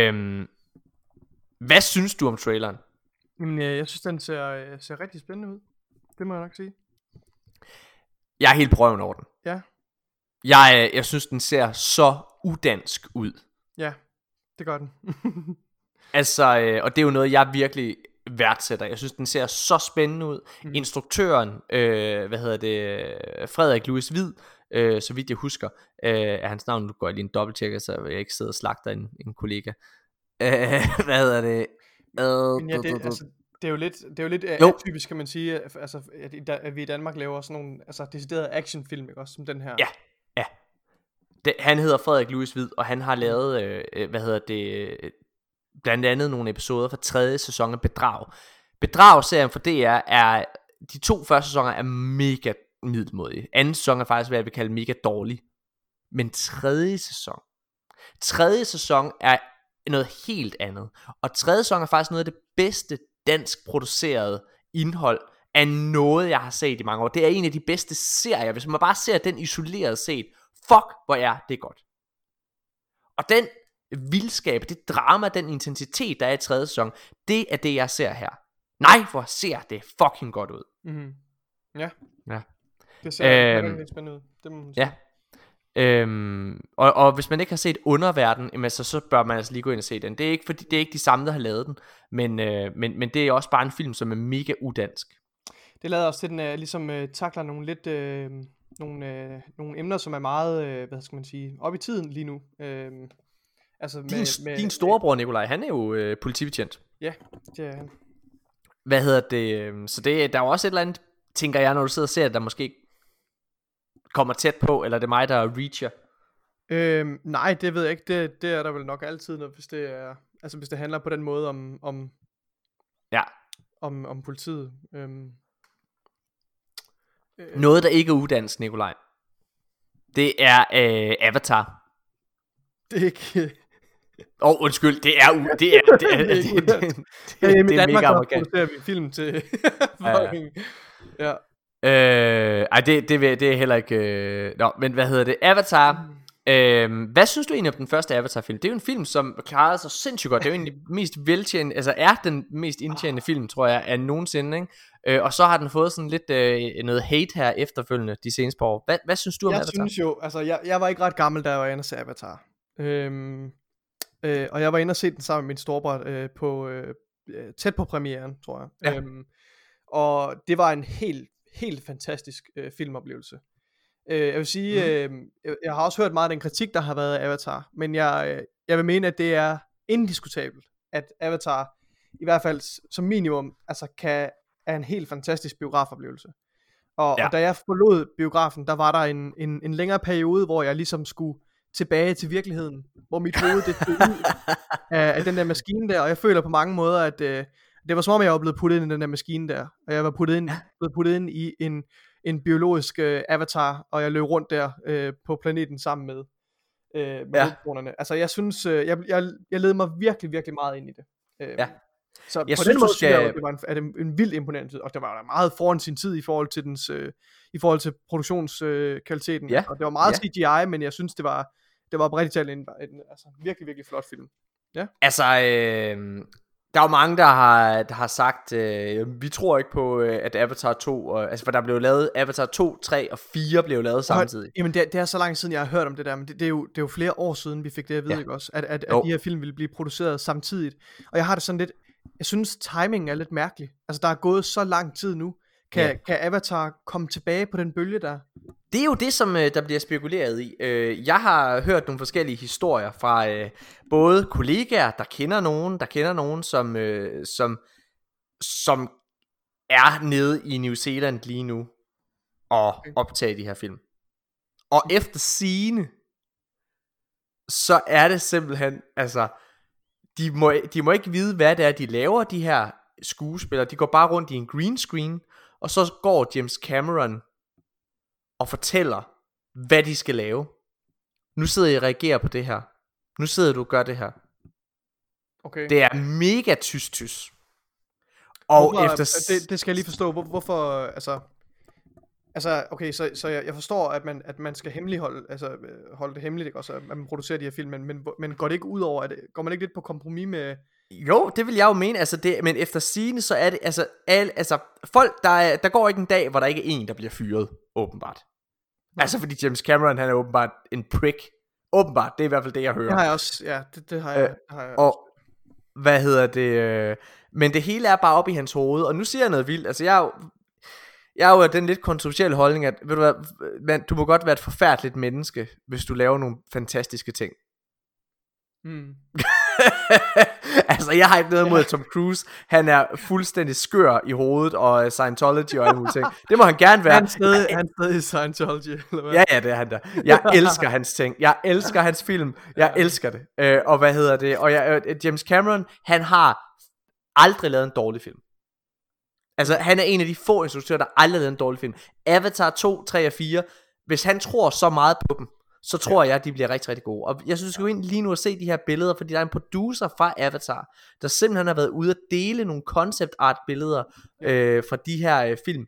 Hvad synes du om traileren? Jamen, jeg synes den ser rigtig spændende ud. Det må jeg nok sige. Jeg er helt prøven over den. Ja. Jeg synes den ser så udansk ud. Ja, det gør den. Altså, og det er jo noget jeg virkelig værdsætter. Jeg synes den ser så spændende ud. Instruktøren, Frederik Louis Hvid, så vidt jeg husker, er hans navn. Nu går jeg lige en dobbelttjekker, så jeg ikke sidder og slagter en kollega. Hvad hedder det? Det er jo lidt atypisk, kan man sige, altså, at vi i Danmark laver sådan nogle deciderede actionfilm, ikke også, som den her. Ja. Han hedder Frederik Louis Hvid, og han har lavet, blandt andet nogle episoder fra 3. sæson af Bedrag. Bedrag-serien for DR er, de 2 første sæsoner er mega middelmådige. Anden sæson er faktisk, hvad jeg vil kalde mega dårlig. Men 3. sæson er noget helt andet. Og 3. sæson er faktisk noget af det bedste dansk producerede indhold af noget, jeg har set i mange år. Det er en af de bedste serier. Hvis man bare ser den isoleret set, fuck, hvor er det godt. Og den vildskab, det drama, den intensitet, der er i 3. sæson, det er det, jeg ser her. Nej, hvor ser det fucking godt ud. Mm-hmm. Ja. Det ser rigtig spændende ud. Det må man sige. Og hvis man ikke har set Underverden, så bør man altså lige gå ind og se den. Det er ikke fordi det er ikke de samme, der har lavet den, men det er også bare en film, som er mega udansk. Det lader også til, den ligesom takler nogle lidt nogle emner, som er meget, hvad skal man sige, op i tiden lige nu. Altså din storebror Nikolaj, han er jo politibetjent. Ja, det er han. Hvad hedder det? Så der er jo også et eller andet, tænker jeg, når du sidder og ser, der måske kommer tæt på, eller det er mig, der reacher? Nej, det ved jeg ikke. Det er der vel nok altid, hvis det handler på den måde om politiet. Noget, der ikke er uddannet, Nikolaj. Det er Avatar. Det er ikke... undskyld, det er mega amerikansk. Producerer vi film til ja. Det er heller ikke men hvad hedder det? Avatar. Hvad synes du egentlig om den første Avatar-film? Det er jo en film, som klarede sig sindssygt godt. Det er jo egentlig mest veltjent, altså er den mest indtjenende film, tror jeg, af nogensinde, ikke? Og så har den fået sådan lidt noget hate her efterfølgende de seneste par år. Hvad synes du om Avatar? Jeg synes jo, altså jeg var ikke ret gammel, da jeg var inde og se Avatar. Og jeg var inde og se den sammen med min storebror tæt på premieren, tror jeg. Ja. Og det var en helt fantastisk filmoplevelse. Jeg vil sige, jeg har også hørt meget af den kritik, der har været af Avatar, men jeg vil mene, at det er indiskutabelt, at Avatar i hvert fald som minimum altså er en helt fantastisk biografoplevelse. Og da jeg forlod biografen, der var der en længere periode, hvor jeg ligesom skulle tilbage til virkeligheden, hvor mit hoved det stod ud af den der maskine der, og jeg føler på mange måder, at det var som om jeg var blevet puttet ind i den der maskine der, og jeg var blevet puttet ind i en biologisk avatar, og jeg løb rundt der på planeten sammen med hovedpersonerne. Altså jeg synes, jeg led mig virkelig, virkelig meget ind i det. Så jeg på synes, den måde synes jeg, det var en vild imponerende tid, og det var der meget foran sin tid i forhold til i forhold til produktionskvaliteten. Og det var meget CGI, men jeg synes det var oprigtigt talt en virkelig, virkelig flot film. Ja. Altså der er jo mange der har sagt vi tror ikke på at Avatar 2 altså for der blev lavet Avatar 2, 3 og 4 blev lavet samtidig. Jamen det er så lang siden jeg har hørt om det der, men det er jo flere år siden vi fik det at vide, ikke også, at de her film ville blive produceret samtidigt. Og jeg har det sådan lidt, jeg synes timingen er lidt mærkelig. Altså der er gået så lang tid nu. Kan Avatar komme tilbage på den bølge der? Det er jo det, som der bliver spekuleret i. Jeg har hørt nogle forskellige historier fra både kollegaer, der kender nogen, som er nede i New Zealand lige nu og optager de her film. Og efter sigende, så er det simpelthen, altså, de må ikke vide, hvad det er, de laver, de her skuespillere. De går bare rundt i en green screen, og så går James Cameron og fortæller, hvad de skal lave. Nu sidder I og reagerer på det her. Nu sidder du og gør det her. Okay. Det er mega tys. Og hvorfor, det skal jeg lige forstå. Hvorfor, altså okay, så jeg forstår, at man skal hemmeligholde, altså holde det hemmeligt, ikke? Også, at man producerer de her film, men går det ikke ud over, går man ikke lidt på kompromis med... Jo, det vil jeg jo mene, altså men efter sigende, så er det, altså folk, der går ikke en dag, hvor der ikke er en, der bliver fyret, åbenbart. Altså fordi James Cameron, han er åbenbart en prick. Åbenbart, det er i hvert fald det, jeg hører. Det har jeg også, ja, det har jeg. Og hvad hedder det, men det hele er bare op i hans hoved, og nu siger jeg noget vildt, altså jeg er jo den lidt kontroversielle holdning, at ved du hvad, du må godt være et forfærdeligt menneske, hvis du laver nogle fantastiske ting. Altså jeg har ikke noget imod Tom Cruise. Han er fuldstændig skør i hovedet, og Scientology og alle mulige ting. Det må han gerne være. Han er stadig i Scientology, eller hvad? Ja, det er han der. Jeg elsker hans ting. Jeg elsker hans film. Jeg elsker det. Og hvad hedder det? Og James Cameron, han har aldrig lavet en dårlig film. Altså han er en af de få instruktører, der aldrig har lavet en dårlig film. Avatar 2, 3 og 4. Hvis han tror så meget på dem, så tror jeg, at de bliver rigtig, rigtig gode. Og jeg synes, du skal gå ind lige nu og se de her billeder, fordi der er en producer fra Avatar, der simpelthen har været ude at dele nogle concept art billeder fra de her film.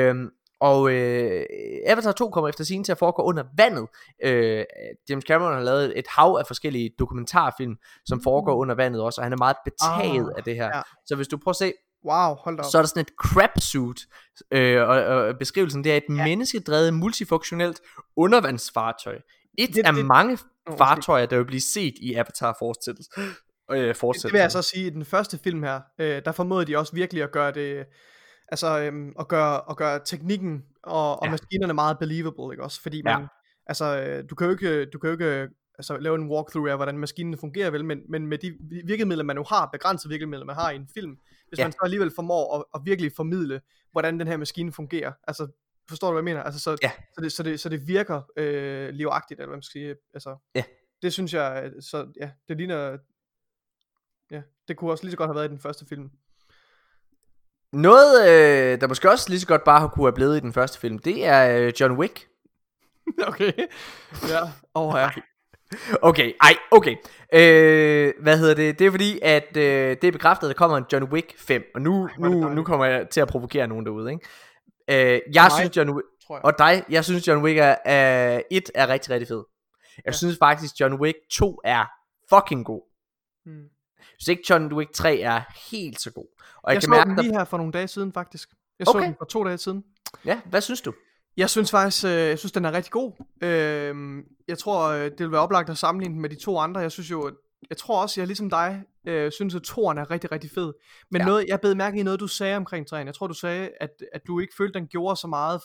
Avatar 2 kommer efter sigende til at foregå under vandet. James Cameron har lavet et hav af forskellige dokumentarfilm, som foregår under vandet også, og han er meget betaget af det her. Ja. Så hvis du prøver at se, wow, hold da op. så er der sådan et crabsuit, og beskrivelsen det er et menneskedrevet multifunktionelt undervandsfartøj. Af mange fartøjer, der vil blive set i Avatar fortsættelse. Det vil jeg så sige, i den første film her, der formåede de også virkelig at gøre det, at gøre teknikken og maskinerne meget believable, ikke også? Fordi man, du kan jo ikke lave en walkthrough af, hvordan maskinen fungerer, vel, men med de virkemidler, man jo har, begrænsede virkemidler, man har i en film, hvis man så alligevel formår at virkelig formidle, hvordan den her maskine fungerer, altså, forstår du, hvad jeg mener? Altså, så det virker livagtigt, eller hvad man skal sige, altså, det synes jeg, så ja, det ligner, ja, det kunne også lige så godt have været i den første film. Noget, der måske også lige så godt bare kunne have blevet i den første film, det er John Wick. Okay, ja, Okay. Hvad hedder det? Det er fordi, at det er bekræftet, at der kommer en John Wick 5. Og nu kommer jeg til at provokere nogen derude, ikke? Jeg synes John Wick er 1 er rigtig, rigtig fed. Jeg synes faktisk, John Wick 2 er fucking god. Jeg synes ikke, John Wick 3 er helt så god. Og jeg så den lige her for nogle dage siden, faktisk. Jeg så den for 2 dage siden. Ja, hvad synes du? Jeg synes faktisk, den er rigtig god. Jeg tror, det vil være oplagt at sammenligne den med de 2 andre. Jeg tror også, jeg ligesom dig, synes at 2'eren er rigtig, rigtig fed. Men noget, jeg bed mærke i noget, du sagde omkring 3'eren. Jeg tror, du sagde, at du ikke følte, den gjorde så meget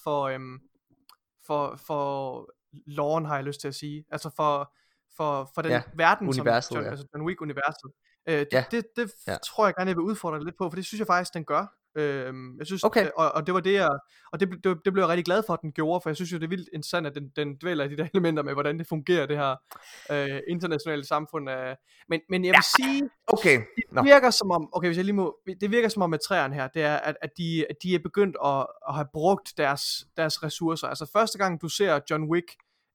for loven, har jeg lyst til at sige. Altså for den verden, universet, som altså John Wick-universet. Det tror jeg gerne, jeg vil udfordre dig lidt på, for det synes jeg faktisk, den gør. Jeg synes, og det var det, og det blev jeg rigtig glad for, at den gjorde, for jeg synes jo, det er vildt interessant, at den dvæler i de der elementer med, hvordan det fungerer, det her internationale samfund. Men jeg vil sige, det virker som om, hvis jeg lige må, det virker som om med træerne her, det er, at de er begyndt at have brugt deres ressourcer. Altså første gang, du ser John Wick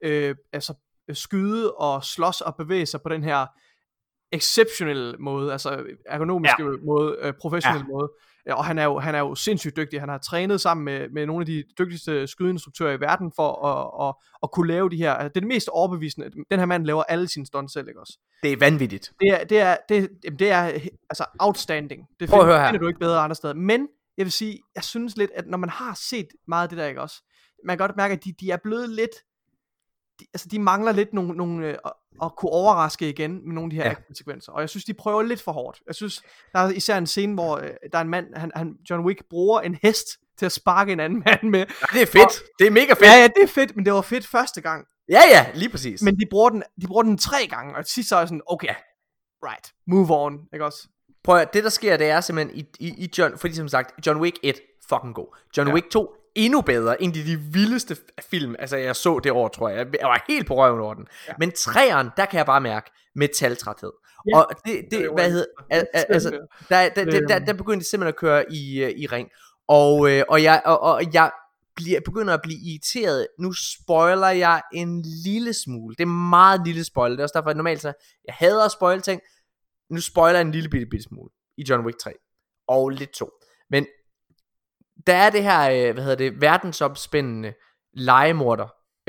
skyde og slås og bevæge sig på den her exceptionelle måde, altså ergonomiske måde, professionelle måde. Og han er jo sindssygt dygtig. Han har trænet sammen med nogle af de dygtigste skydeinstruktører i verden for at kunne lave de her. Altså, det er det mest overbevisende. Den her mand laver alle sine stunts selv, ikke også? Det er vanvittigt. Det er altså outstanding. Det finder du ikke bedre andre steder. Men jeg vil sige, jeg synes lidt, at når man har set meget af det der, ikke også, man kan godt mærke, at de er blevet lidt, de mangler lidt nogle at kunne overraske igen med nogle af de her actionsekvenser. Og jeg synes, de prøver lidt for hårdt. Jeg synes, der er især en scene, hvor der er en mand, John Wick bruger en hest til at sparke en anden mand med. Ja, det er fedt. Det er mega fedt. Ja, det er fedt, men det var fedt første gang. Ja, lige præcis. Men de bruger den 3 gange, og til sidst så er sådan, okay, right, move on, ikke også? Prøv at, det der sker, det er simpelthen i John, fordi som sagt, John Wick 1, fucking god. John Wick 2, endnu bedre, en af de vildeste film, altså jeg så det år, tror jeg var helt på røven over den. Men 3'eren, der kan jeg bare mærke metaltræthed. Og det hvad hedder, altså der begyndte det simpelthen at køre i ring. Og jeg begynder at blive irriteret. Nu spoiler jeg en lille smule. Det er meget lille spoiler. Det er også derfor, at normalt så jeg hader at spoile ting. Nu spoiler jeg en lille bitte smule i John Wick 3 og lidt 2. Men der er det her, verdensomspændende legemorder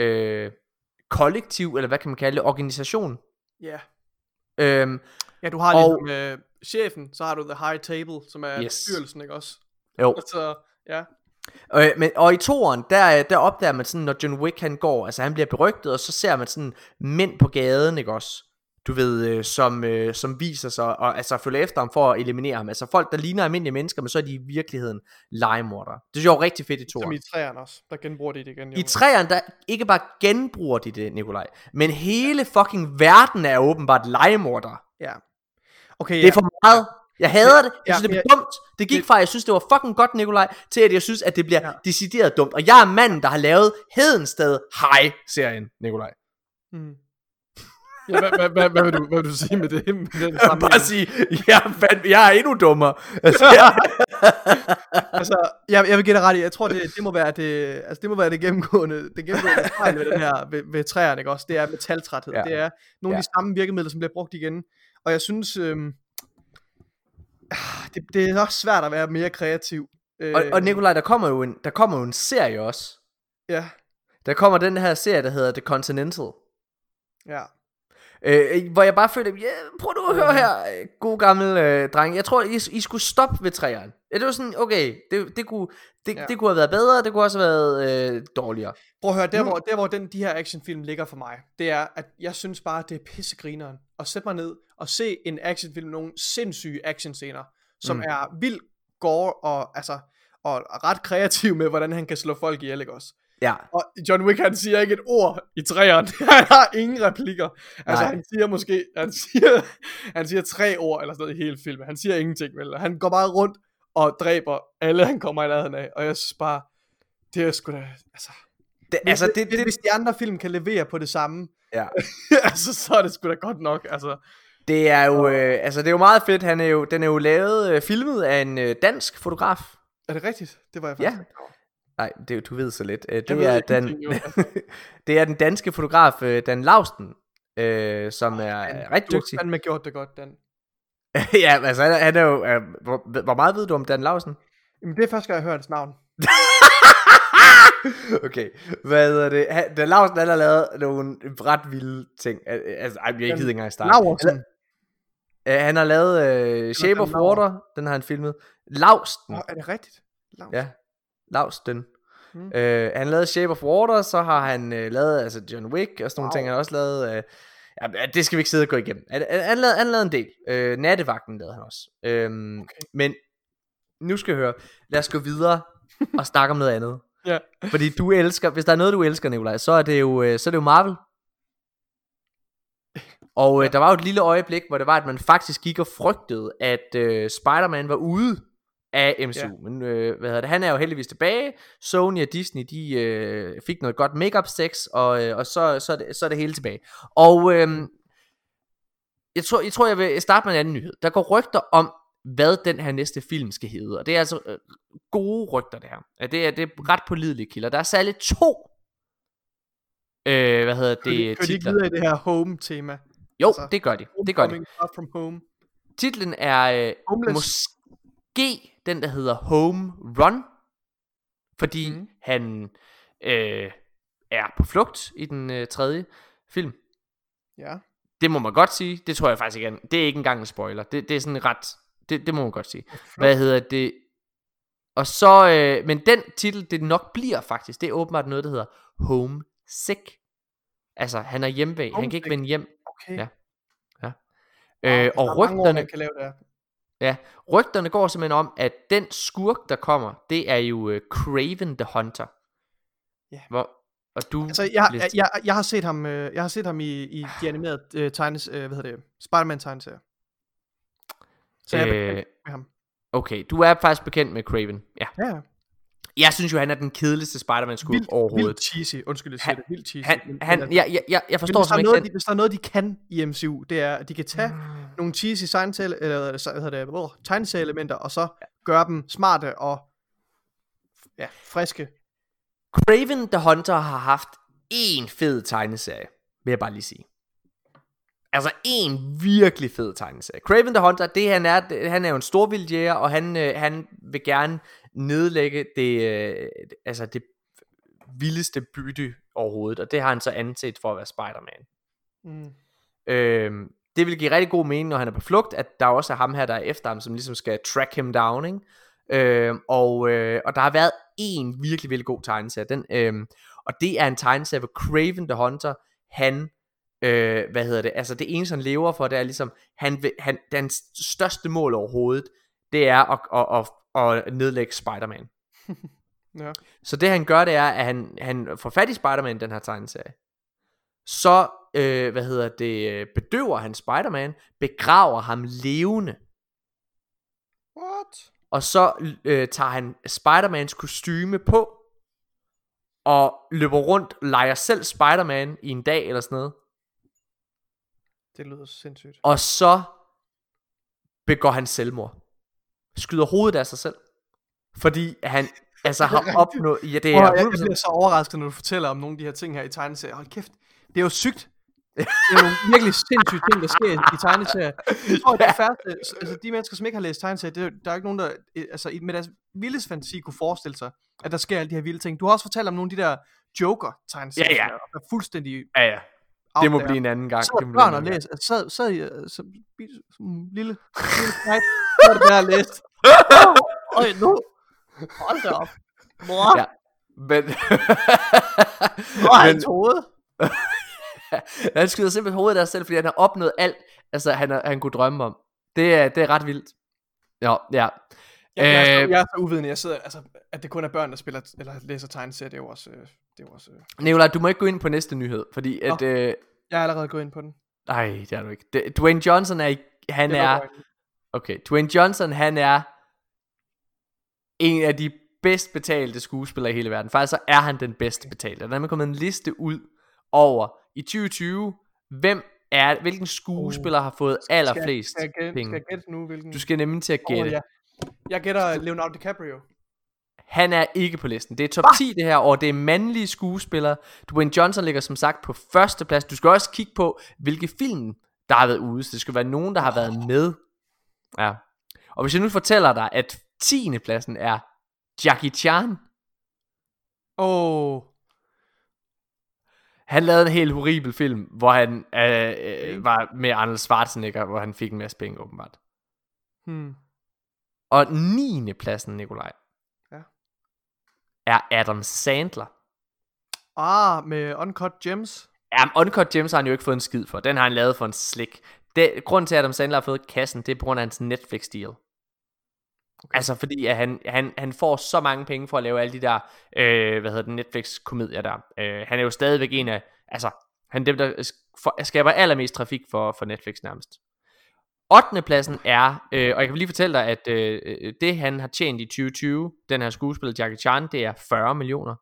kollektiv, eller hvad kan man kalde det, organisation. Ja. Ja, du har ligesom chefen, så har du The High Table, som er bestyrelsen, ikke også? Jo. Altså, ja. Og i 2'eren, der opdager man sådan, når John Wick han går, altså han bliver berygtet, og så ser man sådan mænd på gaden, ikke også? Du ved, som viser sig og altså følger efter ham for at eliminere ham. Altså folk, der ligner almindelige mennesker, men så er de i virkeligheden legemordere. Det er jo rigtig fedt i 2'eren. Som i 3'eren også, der genbruger de det igen. Jo. I 3'eren, der ikke bare genbruger de det, Nikolaj, men hele fucking verden er åbenbart legemordere. Ja. Okay, det er for meget. Jeg hader det. Jeg synes, det bliver dumt. Det gik fra, jeg synes, det var fucking godt, Nikolaj, til at jeg synes, at det bliver decideret dumt. Og jeg er manden, der har lavet Hedensted High-serien, Nikolaj. Ja, hvad vil du sige med det? Bare sige, jeg er endnu dummere. Altså, jeg vil give dig ret i. Jeg tror, det må være det gennemgående fejl ved den her ved træerne, ikke også? Det er metaltræthed. Det er nogle af de samme virkemidler, som bliver brugt igen. Og jeg synes, det er også svært at være mere kreativ. Og Nikolaj, der kommer jo en serie også. Ja. Der kommer den her serie, der hedder The Continental. Ja. Hvor jeg bare følte, prøv nu at høre her, god gammel dreng. Jeg tror I skulle stoppe ved 3'eren. Det var sådan, okay, det kunne have været bedre. Det kunne også have været dårligere. Prøv at høre, der hvor de her actionfilm ligger for mig, det er, at jeg synes bare, det er pissegrineren at sætte mig ned og se en actionfilm, nogle sindssyge actionscener, som er vildt gore, og altså, og er ret kreativ med, hvordan han kan slå folk ihjel, ikke også? Ja. Og John Wick, han siger ikke et ord i træerne. Han har ingen replikker. Altså, Nej. han siger måske, han siger 3 ord, eller sådan noget i hele filmen. Han siger ingenting, vel? Han går bare rundt og dræber alle, han kommer i nærheden af. Og jeg synes bare, det er sgu da, altså... Hvis de andre film kan levere på det samme, ja. altså, så er det sgu da godt nok, altså... Det er jo, det er jo meget fedt. Den er jo lavet, filmet af en dansk fotograf. Er det rigtigt? Det var jeg faktisk ikke. Nej, du ved så lidt. Det er den danske fotograf, Dan Lausten, som er rigtig dygtig. Han har gjort det godt, Dan. Ja, altså han er jo... hvor meget ved du om Dan Lausten? Jamen, det er første gang, jeg hører hans navn. Okay, hvad hedder det? Dan Lausten, han har lavet nogle ret vilde ting. Altså, jeg gider ikke engang starte. Lausten. Han har lavet Shape of Water, den har han filmet. Lausten. Er det rigtigt? Lausten. Ja, Lausten. Han har lavet Shape of Water, så har han lavet altså John Wick og sådan nogle ting. Han har også lavet... det skal vi ikke sidde og gå igennem. Han lavede en del. Nattevagten lavede han også. Okay. Men nu skal jeg høre. Lad os gå videre og snakke om noget andet. Ja. Fordi du elsker, hvis der er noget du elsker, Nikolaj, så er det jo Marvel. Og der var jo et lille øjeblik, hvor det var, at man faktisk gik og frygtede, at Spider-Man var ude af MCU. Ja. Men han er jo heldigvis tilbage. Sony og Disney, de fik noget godt make-up sex, og så er det hele tilbage. Og jeg tror jeg vil starte med en anden nyhed. Der går rygter om, hvad den her næste film skal hedde. Og det er altså gode rygter, det her. Det er ret pålidelige kilder. Der er særligt 2 titler. Kører de ikke videre i det her home-tema? Jo, altså, det gør de. From home. Titlen er måske den, der hedder Home Run. Fordi han er på flugt i den 3. film. Ja. Det må man godt sige. Det tror jeg faktisk ikke. Det er ikke engang en spoiler. Det er sådan ret... Det må man godt sige. Hvad hedder det? Og så... men den titel, det nok bliver faktisk, det er åbenbart noget, der hedder Homesick. Altså, han er hjemvæg. Han kan ikke vende hjem. Okay. Ja. Og rygterne... kan lave det. Ja, rygterne går simpelthen om, at den skurk, der kommer, det er jo Kraven the Hunter. Ja. Og du... Altså, jeg har set ham i de animerede Spider-Man tegneserier. Så jeg er bekendt med ham. Okay, du er faktisk bekendt med Kraven. Ja. Jeg synes jo, han er den kedeligste Spider-Man-skurk overhovedet. Vildt cheesy. Undskyld, jeg siger det. Vildt cheesy. Jeg forstår som ikke... Hvis der er noget, de kan i MCU, det er, at de kan tage nogle cheesy tegneserieelementer, og så gøre dem smarte og friske. Kraven the Hunter har haft en fed tegneserie, vil jeg bare lige sige. Altså en virkelig fed tegneserie. Kraven the Hunter, han er jo en storvildtjæger, og han vil gerne nedlægge det vildeste bytte overhovedet, og det har han så anset for at være Spider-Man. Det vil give rigtig god mening, når han er på flugt, at der også er ham her, der er efter ham, som ligesom skal track him down, ikke? Og der har været en virkelig, virkelig god tegneserie. Og det er en tegneserie, hvor Kraven the Hunter, han altså det eneste han lever for, det er ligesom hans største mål overhovedet, det er at nedlægge Spider-Man. Ja. Så det han gør, det er at han får fat i Spider-Man, den her tegneserie. Så bedøver han Spider-Man, begraver ham levende. What? Og så tager han Spider-Mans kostyme på og løber rundt, leger selv Spider-Man i en dag eller sådan noget. Det lyder sindssygt. Og så begår han selvmord. Skyder hovedet af sig selv. Fordi han har opnået... Ja, det er jeg bliver så overrasket, når du fortæller om nogle af de her ting her i tegneserier. Hold kæft, det er jo sygt. Det er nogle virkelig sindssyge ting, der sker i tegneserier. Jeg tror, at de færreste, altså de mennesker, som ikke har læst tegneserier, der er ikke nogen, der med deres vildeste fantasi kunne forestille sig, at der sker alle de her vilde ting. Du har også fortalt om nogle af de der Joker-tegneserier, der er fuldstændig... Ja. Det må blive en anden gang. Så børn og læs. Sad i lille knægt, så det der og læst. Øj, nu. Hold da op. Mor. Ja. Men... hans hoved. Han skyder simpelthen hovedet af sig selv, fordi han har opnået alt, han kunne drømme om. Det er ret vildt. Ja. Jeg er så uvidende. Jeg sidder, altså, at det kun er børn, der spiller eller læser tegneserier, det er jo også... Nikolaj, du må ikke gå ind på næste nyhed, fordi at... Jeg er allerede gået ind på den. Nej, det er du ikke. Dwayne Johnson Dwayne Johnson, han er en af de bedst betalte skuespillere i hele verden. Faktisk så er han den bedst betalte. Der er kommet en liste ud over i 2020, hvilken skuespiller har fået allerflest penge. Skal jeg gætte nu, hvilken? Du skal nemlig til at gætte. Ja. Jeg gætter Leonardo DiCaprio. Han er ikke på listen. Det er top 10 det her år. Det er mandlige skuespillere. Dwayne Johnson ligger som sagt på første plads. Du skal også kigge på, hvilke film der har været ude. Så det skal være nogen, der har været med. Ja. Og hvis jeg nu fortæller dig, at 10. pladsen er Jackie Chan. Han lavede en helt horribel film, hvor han var med Arnold Schwarzenegger, hvor han fik en masse penge åbenbart. Og 9. pladsen, Nikolaj, er Adam Sandler. Med Uncut Gems. Ja, Uncut Gems har han jo ikke fået en skid for. Den har han lavet for en slik. Grunden til at Adam Sandler har fået kassen, det er på grund af hans Netflix deal. Okay. Altså fordi at han får så mange penge for at lave alle de der Netflix komedier der. Han er jo stadigvæk en af, altså han dem der skaber allermest trafik for Netflix nærmest. 8. pladsen er, og jeg kan lige fortælle dig, at det han har tjent i 2020, den her skuespiller Jackie Chan, det er $40 million.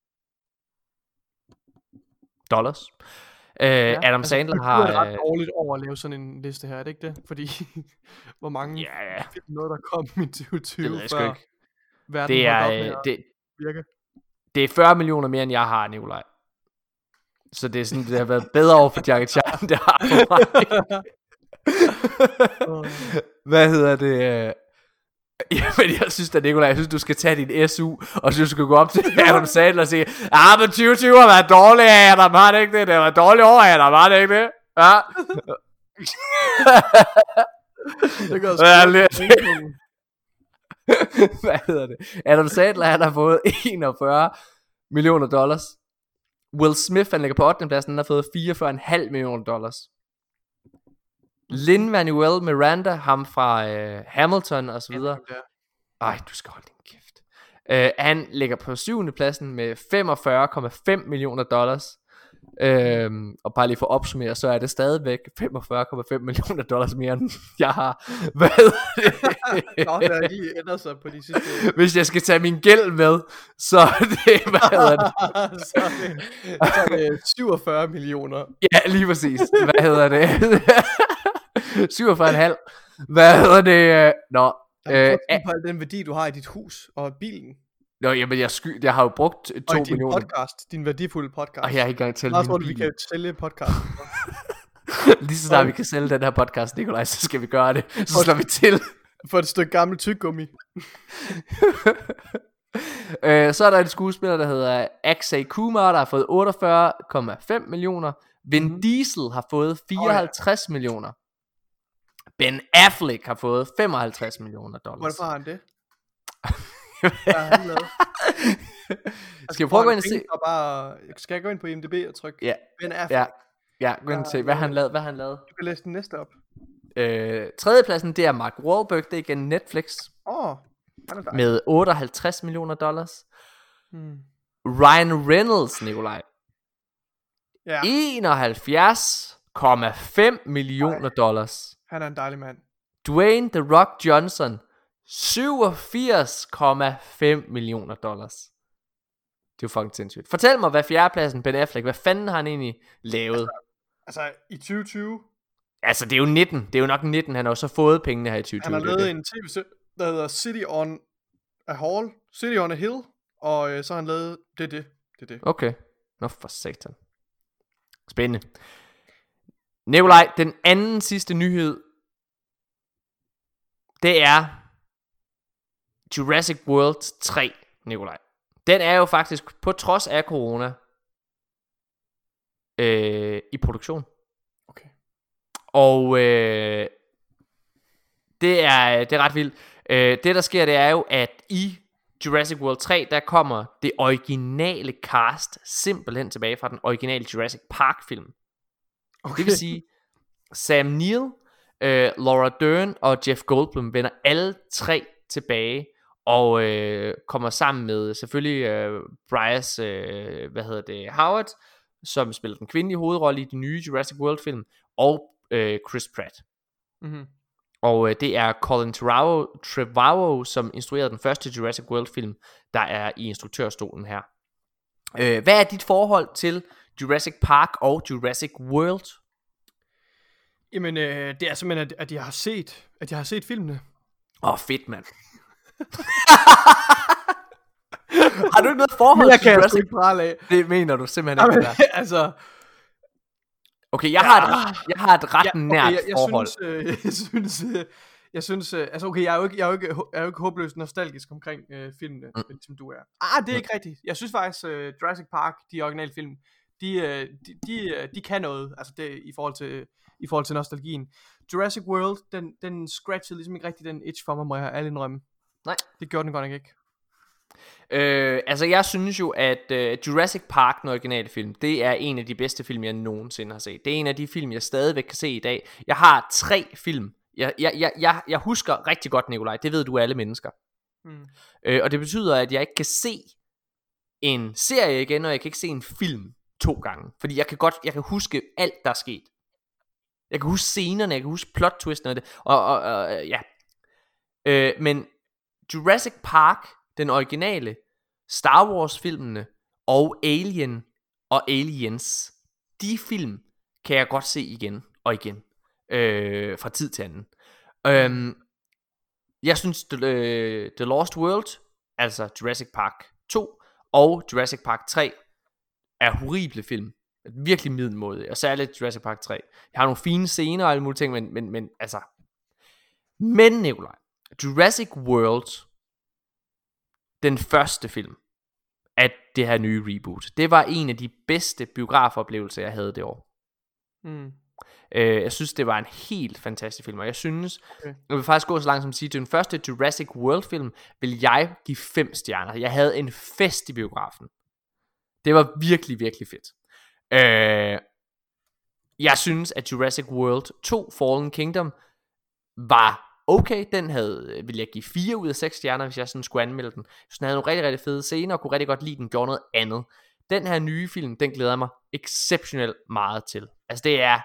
Adam Sandler har... Det er ret dårligt over at lave sådan en liste her, er det ikke det? Fordi, hvor mange noget der kom i 2020 det før ikke. Verden det holdt op med at virke. Det er 40 millioner mere, end jeg har, Nikolaj. Så det er sådan, det har været bedre over for Jackie Chan, det har for mig. Hvad hedder det? Jamen jeg synes da, Nikolaj, jeg synes du skal tage din SU, og så du skal gå op til Adam Sandler og sige, men 2020 har været dårligt, Adam, har det ikke det? Det har været dårligt over, Adam, har det ikke det? Ja. Det gør Hvad hedder det? Adam Sandler, han har fået $41 million. Will Smith, han ligger på 8. pladsen, han har fået $44,5 million. Lin-Manuel Miranda, ham fra Hamilton og så videre. Ej, du skal holde din kæft. Han ligger på 7. pladsen med $45,5 million. Og bare lige for at opsummere, så er det stadigvæk $45,5 million mere end jeg har. Hvad Nå, det er lige ændret sig på de sidste. Hvis jeg skal tage min gæld med, så er det, hvad hedder det? så er det 47 millioner. Ja, lige præcis. Hvad hedder det? 47,5. Hvad hedder det? Nå. På al den værdi, du har i dit hus og bilen. Nå, jamen jeg har jo brugt 2 millioner. Din værdifulde podcast. Og jeg har ikke engang talt min bil. Jeg tror, vi kan sælge podcast. Lige så snart vi kan sælge den her podcast, Nikolaj, så skal vi gøre det. Så slår vi til. For et stykke gammelt tyggegummi. Så er der en skuespiller, der hedder Akshay Kumar, der har fået $48,5 millioner. Vin Diesel har fået $54 millioner. Ben Affleck har fået $55 millioner. Hvorfor har han det? Hvad har han lavet? Skal jeg prøve at gå ind og se? Skal jeg gå ind på IMDb og trykke Ben Affleck? Ja, gå ind og se, hvad han lavede. Du kan læse den næste op. 3. pladsen, det er Mark Wahlberg, det er igen Netflix. Med $58 millioner. Ryan Reynolds, Nikolaj. $71,5 millioner. Han er en dejlig mand. Dwayne The Rock Johnson, $87,5 millioner. Det er jo fucking sindssygt. Fortæl mig, hvad 4. pladsen, Ben Affleck, hvad fanden har han egentlig lavet? Altså i 2020? Altså det er jo 19. Det er jo nok 19. Han har jo så fået pengene her i 2020. Han har lavet en tv-serie, der hedder City on a Hill. Og så har han lavet det. Okay. Nå for satan. Spændende. Nikolaj, den anden sidste nyhed, det er Jurassic World 3, Nikolaj. Den er jo faktisk, på trods af corona, i produktion. Okay. Og det er ret vildt. Det der sker, det er jo, at i Jurassic World 3, der kommer det originale cast simpelthen tilbage fra den originale Jurassic Park film. Okay. Det vil sige, Sam Neill, Laura Dern og Jeff Goldblum vender alle 3 tilbage, og kommer sammen med selvfølgelig Bryce, Howard, som spiller den kvindelige hovedrolle i de nye Jurassic World film, og Chris Pratt. Mhm. Og det er Colin Trevorrow, som instruerede den første Jurassic World film, der er i instruktørstolen her. Hvad er dit forhold til Jurassic Park og Jurassic World? Jamen, det er simpelthen, at jeg har set filmene. Fedt, mand. Har du ikke noget forhold Jeg til kan Jurassic ikke prale af. Det mener du simpelthen ikke, der. Altså, Okay, jeg har et ret nært forhold. Jeg synes, altså okay, jeg er jo ikke håbløst nostalgisk omkring filmene, som du er. Det er ikke rigtigt. Jeg synes faktisk, Jurassic Park, de originale film, de kan noget, altså det i forhold til nostalgien. Jurassic World, den scratchede ligesom ikke rigtig den itch for mig, må jeg ærligt indrømme. Nej. Det gjorde den godt nok ikke. Altså jeg synes jo at Jurassic Park, den originale film, det er en af de bedste film jeg nogensinde har set. Det er en af de film jeg stadigvæk kan se i dag. Jeg har 3 film. Jeg husker rigtig godt, Nikolaj. Det ved du alle mennesker. Og det betyder at jeg ikke kan se en serie igen, og jeg kan ikke se en film 2 gange. Fordi jeg kan huske alt der er sket. Jeg kan huske scenerne, jeg kan huske plot twistene og ja. Men Jurassic Park, den originale, Star Wars filmene og Alien og Aliens, de film kan jeg godt se igen og igen fra tid til anden. Jeg synes The Lost World, altså Jurassic Park 2 og Jurassic Park 3 er horrible film. Virkelig middelmådige, og særligt Jurassic Park 3. Jeg har nogle fine scener og alle mulige ting, men altså. Men Nikolaj, Jurassic World, den første film af det her nye reboot, det var en af de bedste biografoplevelser jeg havde det år. Jeg synes det var en helt fantastisk film, og jeg synes jeg vil faktisk gå så langt som at sige, at den første Jurassic World film vil jeg give 5 stjerner. Jeg havde en fest i biografen. Det var virkelig, virkelig fedt. Jeg synes at Jurassic World 2 Fallen Kingdom var okay. Den ville jeg give 4 ud af 6 stjerner, hvis jeg sådan skulle anmelde den. Så den havde nogle rigtig, rigtig fede scener, og kunne rigtig godt lide den, gjorde noget andet. Den her nye film, den glæder mig exceptionelt meget til. Altså det er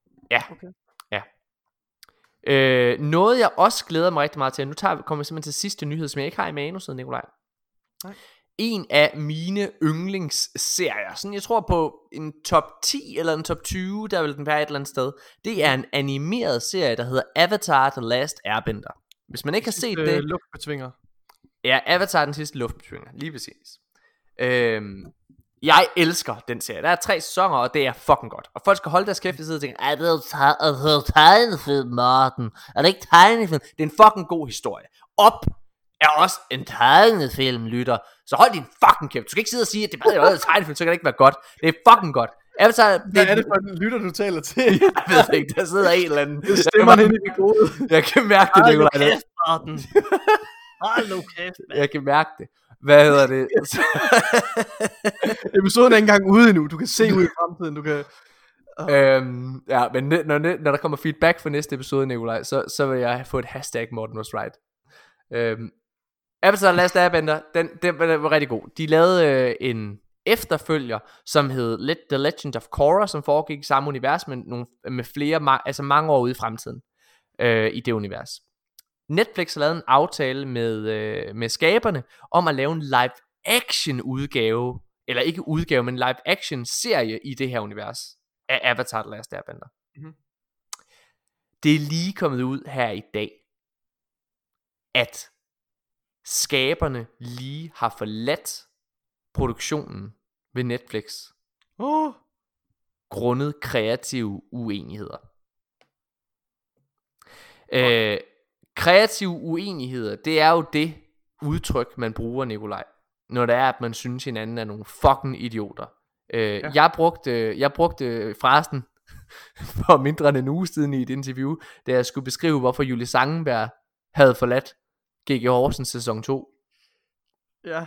noget jeg også glæder mig rigtig meget til. Nu kommer jeg simpelthen til sidste nyhed, som jeg ikke har i manuset, Nikolaj. Nej. En af mine yndlingsserier, sådan jeg tror på en top 10 eller en top 20, der vil den være et eller andet sted. Det er en animeret serie, der hedder Avatar The Last Airbender. Hvis man ikke har set det, luftbetvinger. Ja, Avatar den sidste luftbetvinger, lige præcis. Jeg elsker den serie. Der er 3 sæsoner, og det er fucking godt. Og folk skal holde deres kæft i siden og tænke, det er jo tegnefilm, Martin. Er det ikke tegnefilm? Det er en fucking god historie. Op er også en tegnefilm, lytter. Så hold din fucking kæft. Du skal ikke sidde og sige, at det er bare en tegnefilm, så kan det ikke være godt. Det er fucking godt. Avatar, hvad er det for en lytter, du taler til? Jeg ved ikke, der sidder en eller anden. Det stemmer ind i mit hoved. Jeg kan mærke det, Nikolaj. Hold nu kæft, Martin. Hold nu kæft, man. Jeg kan mærke det. Hvad hedder det? Episoden er ikke engang ude endnu. Du kan se ud i fremtiden. Du kan... Ja, men når der kommer feedback for næste episode, Nikolaj, så vil jeg få et hashtag Morten was right. Avatar Last Airbender, den var rigtig god. De lavede en efterfølger, som hed The Legend of Korra, som foregik i samme univers, men med flere, mange år ude i fremtiden i det univers. Netflix har lavet en aftale med skaberne om at lave en live action udgave, eller ikke udgave, men live action serie i det her univers af Avatar The Last Airbender. Det er lige kommet ud her i dag, at skaberne lige har forladt produktionen ved Netflix grundet kreative uenigheder. Kreative uenigheder, det er jo det udtryk man bruger, Nikolaj, når det er at man synes hinanden er nogle fucking idioter. Jeg brugte frasen for mindre end en uge siden i et interview, da jeg skulle beskrive hvorfor Julie Sangenberg havde forladt G.G. Horsens sæson 2. Ja.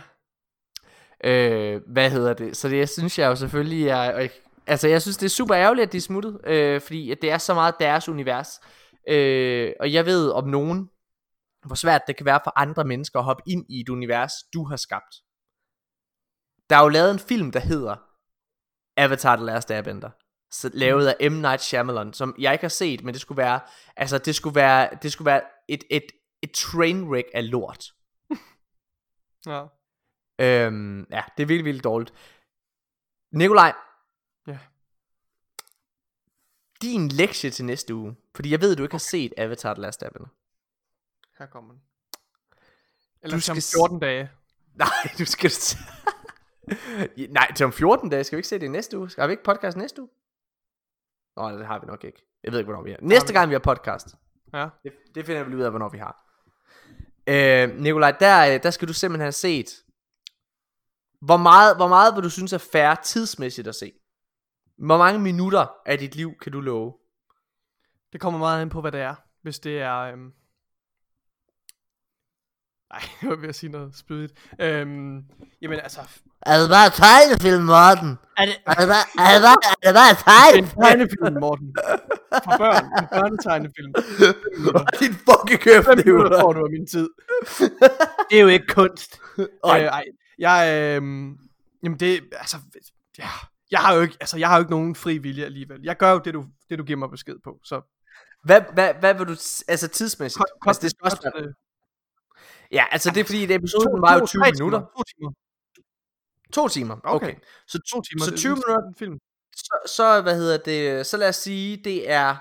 Hvad hedder det? Så det synes jeg jo selvfølgelig altså jeg synes det er super ærgerligt at de er smuttet, fordi at det er så meget deres univers. Og jeg ved om nogen hvor svært det kan være for andre mennesker at hoppe ind i et univers, du har skabt. Der er jo lavet en film, der hedder Avatar The Last Airbender, lavet af M. Night Shyamalan, som jeg ikke har set, men det skulle være, altså det skulle være et trainwreck af lort. Ja. Ja, det er virkelig, virkelig dårligt. Nikolaj. Ja. Din lektie til næste uge, fordi jeg ved, du ikke har set Avatar The Last Airbender. Her kommer den. Eller Du til skal om 14 dage. Nej, du skal... Nej, til om 14 dage skal vi ikke se det i næste uge. Har vi ikke podcast næste uge? Nå, det har vi nok ikke. Jeg ved ikke, hvornår vi har. Næste gang vi har podcast. Ja. Det finder vi ud af, hvornår vi har. Nikolaj, der skal du simpelthen have set. Hvor meget vil du synes er fair tidsmæssigt at se? Hvor mange minutter af dit liv kan du love? Det kommer meget ind på, hvad det er. Hvis det er... Nej, jeg var ved at sige noget spydigt. Jamen altså... Er det bare tegnefilm, Morten? Er det bare en tegnefilm, Morten? For børn. En børnetegnefilm. Din fucking kæft, 5 minutter får du af min tid. Det er jo ikke kunst. Jamen det... Altså... Ja, jeg har jo ikke nogen fri vilje alligevel. Jeg gør jo det du giver mig besked på. Så hvad vil du... Altså tidsmæssigt? Altså, det skal også være... Ja, altså det er fordi, episoden var jo 20 minutter. 2 timer. Okay. Så 2 timer. Så 20 minutter en film. Så hvad hedder det? Så lad os sige, det er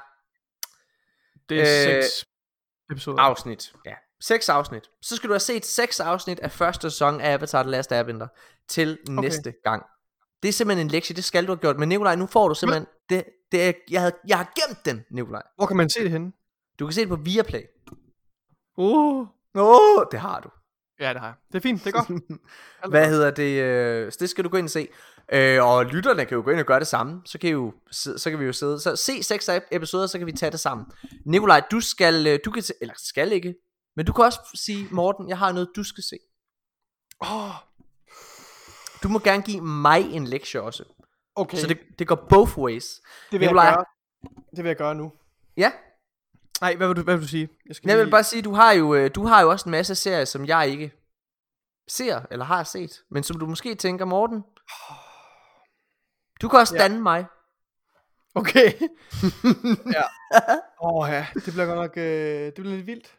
6 episoder. Afsnit. Ja, 6 afsnit. Så skal du have set 6 afsnit af første sæson af Avatar The Last Airbender til næste gang. Det er simpelthen en lektie, det skal du have gjort. Men Nikolaj, nu får du simpelthen jeg har gemt den, Nikolaj. Hvor kan man se det henne? Du kan se det på Viaplay. Det har du. Ja, det har jeg. Det er fint, det er godt. Hvad hedder det? Så det skal du gå ind og se. Og lytterne kan jo gå ind og gøre det samme. Så kan vi jo sidde. Så se 6 episoder, så kan vi tage det sammen. Nikolaj, du skal ikke. Men du kan også sige, Morten, jeg har noget du skal se. Du må gerne give mig en lektie også. Okay. Så det går both ways. Det vil Nikolaj, jeg gøre. Det vil jeg gøre nu. Ja. Nej, hvad vil du sige? Jeg vil bare sige, du har jo også en masse serier, som jeg ikke ser eller har set, men som du måske tænker, Morten, du kan også danne mig. Okay. Ja. Ja, det bliver godt nok det bliver lidt vildt.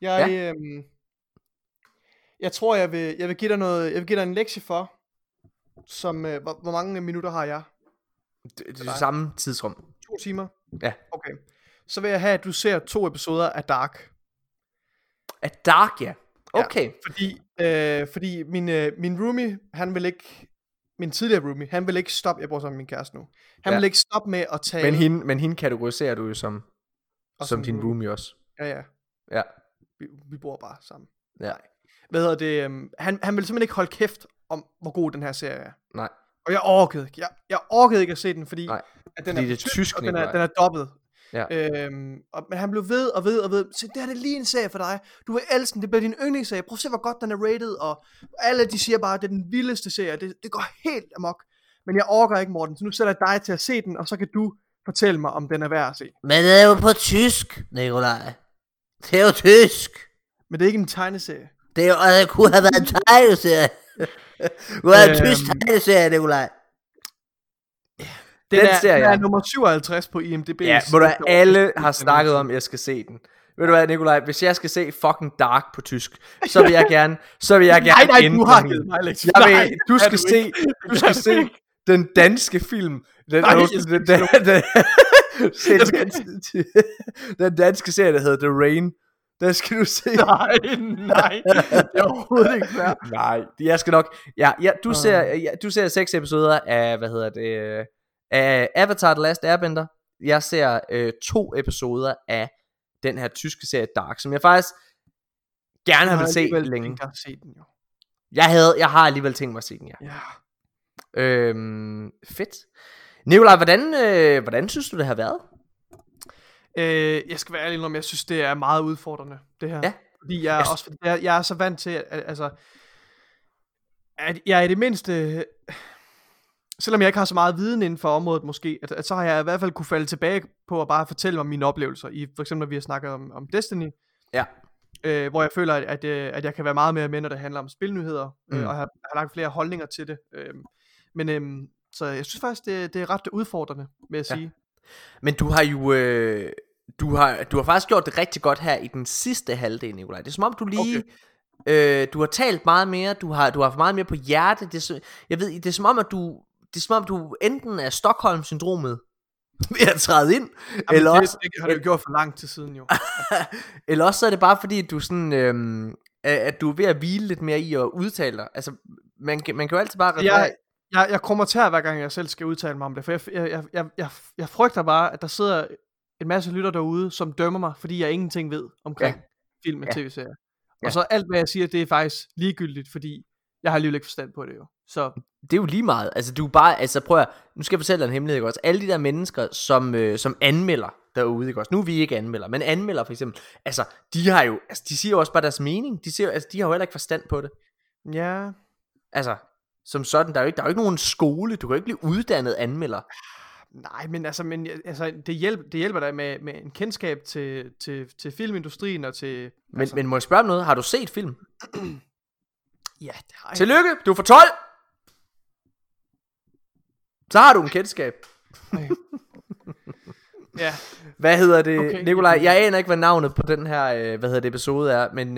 Jeg tror jeg vil give dig noget, jeg vil give dig en lektie for, som hvor mange minutter har jeg? Det samme tidsrum. 2 timer. Ja. Okay. Så vil jeg have, at du ser 2 episoder af Dark. Af Dark, ja. Okay. Ja, fordi min roomie, han vil ikke, min tidligere roomie, han vil ikke stoppe, jeg bor sammen med min kæreste nu. Han vil ikke stoppe med at tage... Men hende kategoriserer du jo som din roomie også. Ja. Vi bor bare sammen. Ja. Hvad hedder det? Han vil simpelthen ikke holde kæft om, hvor god den her serie er. Nej. Og jeg orkede ikke. Jeg orkede ikke at se den, fordi at den er tysk, og den er dobbelt. Ja. Men han blev ved. Så det her er lige en serie for dig. Du vil elske den. Det bliver din yndlingsserie. Prøv at se hvor godt den er rated. Og alle de siger bare at det er den vildeste serie. Det går helt amok. Men jeg orker ikke, Morten. Så nu sætter jeg dig til at se den. Og så kan du fortælle mig om den er værd at se. Men det er jo på tysk, Nikolaj. Det er jo tysk. Men det er ikke en tegneserie. Det kunne have været en tegneserie. Det kunne have en tysk tegneserie, Nikolaj. Den er nummer 57 på IMDb. Ja, hvor alle har snakket om, at jeg skal se den. Ved du hvad, Nikolaj, hvis jeg skal se fucking Dark på tysk, så vil jeg gerne nej, du har givet mig lektion. Du skal se den danske film. Den danske serie, der hedder The Rain. Der skal du se. Nej, det er overhovedet ikke fair. Nej, jeg skal nok. Du ser 6 episoder af, af Avatar The Last Airbender. Jeg ser 2 episoder af den her tyske serie Dark, som jeg faktisk gerne har vil se længe. Jeg har alligevel tænkt mig at se den, ja. Fedt. Nikolaj, hvordan synes du det har været? Jeg skal være ærlig om, jeg synes det er meget udfordrende det her. Ja. Fordi jeg er så vant til at jeg i det mindste, selvom jeg ikke har så meget viden inden for området måske, at så har jeg i hvert fald kunne falde tilbage på at bare fortælle om mine oplevelser i for eksempel når vi har snakket om Destiny. Ja. hvor jeg føler, at jeg kan være meget mere med, når det handler om spilnyheder, og har lagt flere holdninger til det. Så jeg synes faktisk, det er ret udfordrende, vil jeg sige. Men du har jo du har faktisk gjort det rigtig godt her i den sidste halvdel, Nikolaj. Det er som om du lige du har talt meget mere, du har haft meget mere på hjerte. Det er som om du enten er Stockholm-syndromet ved at træde ind, jamen, eller også det har du gjort for lang tid siden jo. eller også så er det bare fordi du sådan at du er ved at hvile lidt mere i at udtale dig. Altså man kan jo altid bare jeg kommer til hver gang jeg selv skal udtale mig om det, for jeg frygter bare, at der sidder en masse lytter derude, som dømmer mig, fordi jeg ingenting ved omkring film og tv-serier. Og så alt hvad jeg siger, det er faktisk ligegyldigt, fordi jeg har alligevel ikke forstand på det jo. Så det er jo lige meget. Altså du er bare, altså prøv at, nu skal jeg fortælle dig en hemmelighed, ikke også? Alle de der mennesker som anmelder derude, ikke også? Nu er vi ikke anmelder, men anmelder for eksempel, altså de har jo, altså de siger jo også bare deres mening. De siger, altså de har jo heller ikke forstand på det. ja. Altså som sådan, der er jo ikke nogen skole, du kan jo ikke blive uddannet anmelder. Nej, men det hjælper dig med en kendskab til filmindustrien og til. Men må jeg spørge om noget? Har du set film? Ja, det har jeg. Tillykke, du får 12. Så har du en kendskab. Ja. Hvad hedder det, okay. Nikolaj? Jeg aner ikke hvad navnet på den her episode er, men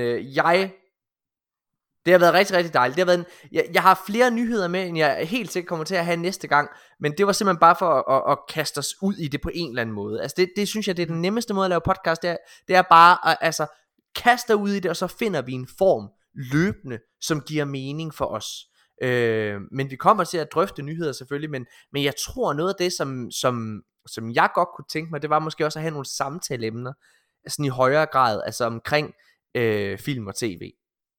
det har været rigtig, rigtig dejligt. Det har været jeg har flere nyheder med, end jeg helt sikkert kommer til at have næste gang. Men det var simpelthen bare for at kaste os ud i det på en eller anden måde. Altså det synes jeg, det er den nemmeste måde at lave podcast. Det er bare at kaste ud i det, og så finder vi en form løbende, som giver mening for os. Men vi kommer til at drøfte nyheder selvfølgelig. Men jeg tror noget af det, som jeg godt kunne tænke mig, det var måske også at have nogle samtaleemner, sådan i højere grad, altså omkring film og tv.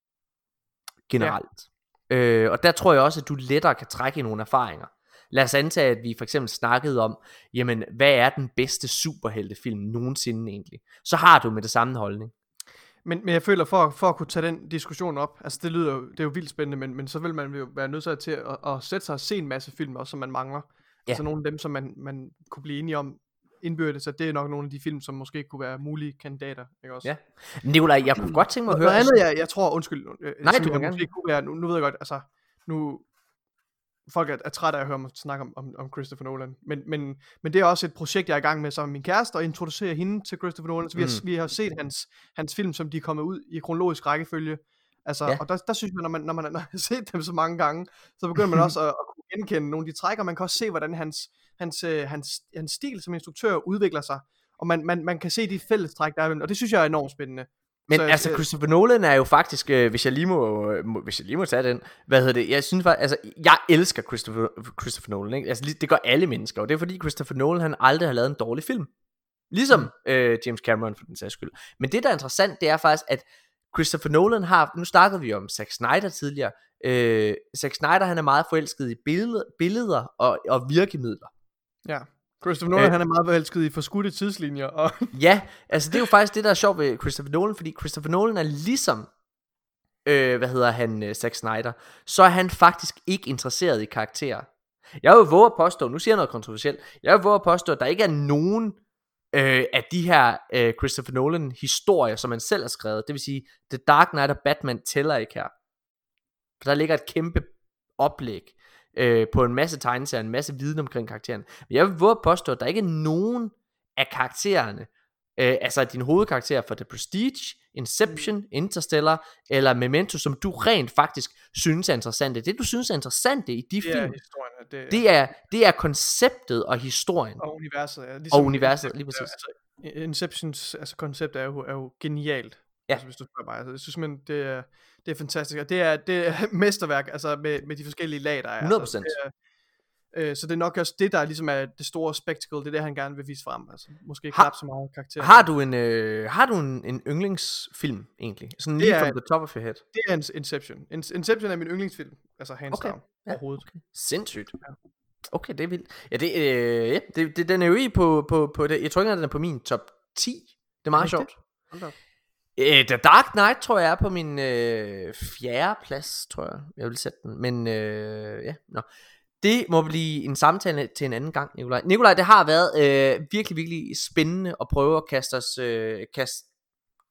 Generelt. Og der tror jeg også, at du lettere kan trække i nogle erfaringer. Lad os antage, at vi for eksempel snakkede om, jamen, hvad er den bedste superheltefilm nogensinde egentlig? Så har du med det samme holdning. Men jeg føler, for at kunne tage den diskussion op, altså det er jo vildt spændende, men så vil man jo være nødt til at sætte sig og se en masse film også, som man mangler. Ja. Altså nogle af dem, som man kunne blive enige om indbyrdes, så det er nok nogle af de film, som måske kunne være mulige kandidater, ikke også? Ja. Nikolaj, jeg kunne godt tænke mig at høre. Noget andet, jeg tror, undskyld. Nej, du må gerne. Kunne være, nu ved jeg godt, altså, nu folk er trætte af at høre mig snakke om Christopher Nolan, men det er også et projekt, jeg er i gang med sammen med min kæreste, og introducere hende til Christopher Nolan, så vi har set hans film, som de er kommet ud i kronologisk rækkefølge, altså, og der synes jeg, når man har set dem så mange gange, så begynder man også at kunne genkende nogle af de træk, og man kan også se, hvordan hans stil som instruktør udvikler sig, og man kan se de fællestræk der er, og det synes jeg er enormt spændende. Men altså Christopher Nolan er jo faktisk, hvis jeg lige må tage den, jeg synes faktisk, altså jeg elsker Christopher Nolan, ikke? Altså det gør alle mennesker, og det er fordi Christopher Nolan han aldrig har lavet en dårlig film, ligesom James Cameron for den sags skyld. Men det der er interessant, det er faktisk at Christopher Nolan har, nu snakkede vi om Zack Snyder tidligere, Zack Snyder han er meget forelsket i billeder og virkemidler. Ja. Christopher Nolan han er meget forelsket i forskudte tidslinjer og ja, altså det er jo faktisk det der er sjovt ved Christopher Nolan, fordi Christopher Nolan er ligesom Zack Snyder, så er han faktisk ikke interesseret i karakterer. Jeg vil våge at påstå, nu siger jeg noget kontroversielt, jeg vil våge at påstå, at der ikke er nogen af de her Christopher Nolan historier, som han selv har skrevet, det vil sige The Dark Knight og Batman tæller ikke her. For der ligger et kæmpe oplæg på en masse tegneserier, en masse viden omkring karaktererne. Men jeg vil våge at påstå, at der ikke er nogen af karaktererne, altså dine hovedkarakterer for The Prestige, Inception, Interstellar eller Memento, som du rent faktisk synes er interessante. Det du synes er interessante i de film, det er konceptet og historien. Og universet. Ja, ligesom og universet, lige præcis. Altså, Inceptions koncept er jo genialt. Ja. Altså, hvis du spørger mig. Altså, jeg synes simpelthen, det er fantastisk. Og det er mesterværk, altså med de forskellige lag, der er. 100%. Altså, så det er nok også det, der ligesom er det store spectacle. Det er det, han gerne vil vise frem. Altså, måske knap så meget karakter. Har du en yndlingsfilm egentlig? Sådan lige from the top of your head. Det er Inception. Inception er min yndlingsfilm. Altså hands down. Overhovedet. Okay. Sindssygt. Ja. Okay, det er vildt. Ja, den er jo i på det. Jeg tror ikke, den er på min top 10. Det er meget sjovt. The Dark Knight tror jeg er på min 4. plads, tror jeg vil sætte den. Men det må blive en samtale til en anden gang, Nikolaj. Nikolaj, det har været virkelig, virkelig spændende at prøve at kaste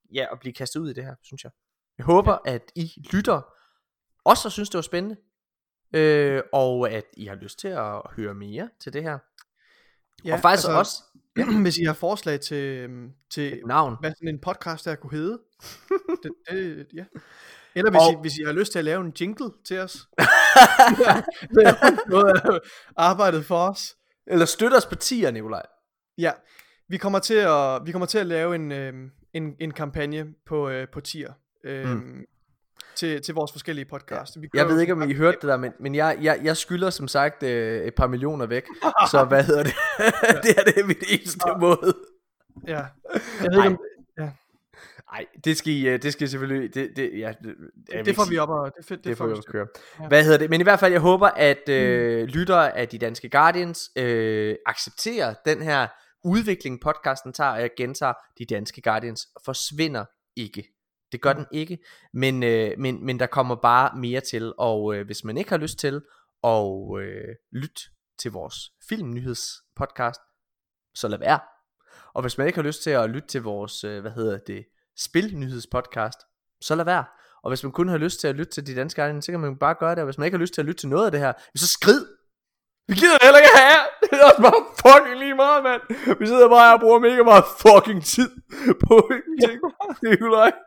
at blive kastet ud i det her, synes jeg. Jeg håber, at I lytter også synes, det var spændende. Og at I har lyst til at høre mere til det her. Ja, og faktisk også hvis I har forslag til navn. hvad sådan en podcast der kunne hedde. Ja. Eller hvis I har lyst til at lave en jingle til os. Det er noget af arbejdet for os. Eller støtte os på tier, Nikolaj. Ja, vi kommer til at lave en kampagne på tier. Til vores forskellige podcasts. Jeg ved ikke, om I hørte det der, men jeg skylder som sagt et par millioner væk. Så hvad hedder det? Det er mit eneste måde. Ja. Jeg ved ikke, om... Nej, det skal selvfølgelig det får vi op og det får vi op at køre. Ja. Hvad hedder det? Men i hvert fald jeg håber at lyttere af de danske Guardians accepterer den her udvikling podcasten tager, og jeg gentager, de danske Guardians forsvinder ikke. Det gør den ikke, men der kommer bare mere til, og hvis man ikke har lyst til at lytte til vores filmnyhedspodcast, så lad være. Og hvis man ikke har lyst til at lytte til vores, spilnyhedspodcast, så lad være. Og hvis man kun har lyst til at lytte til de danske Guardians, så kan man bare gøre det. Og hvis man ikke har lyst til at lytte til noget af det her, så skrid! Vi gider det heller ikke have. Det er også bare fucking lige meget, mand. Vi sidder bare og bruger mega meget fucking tid på ingenting. Det er jo løg.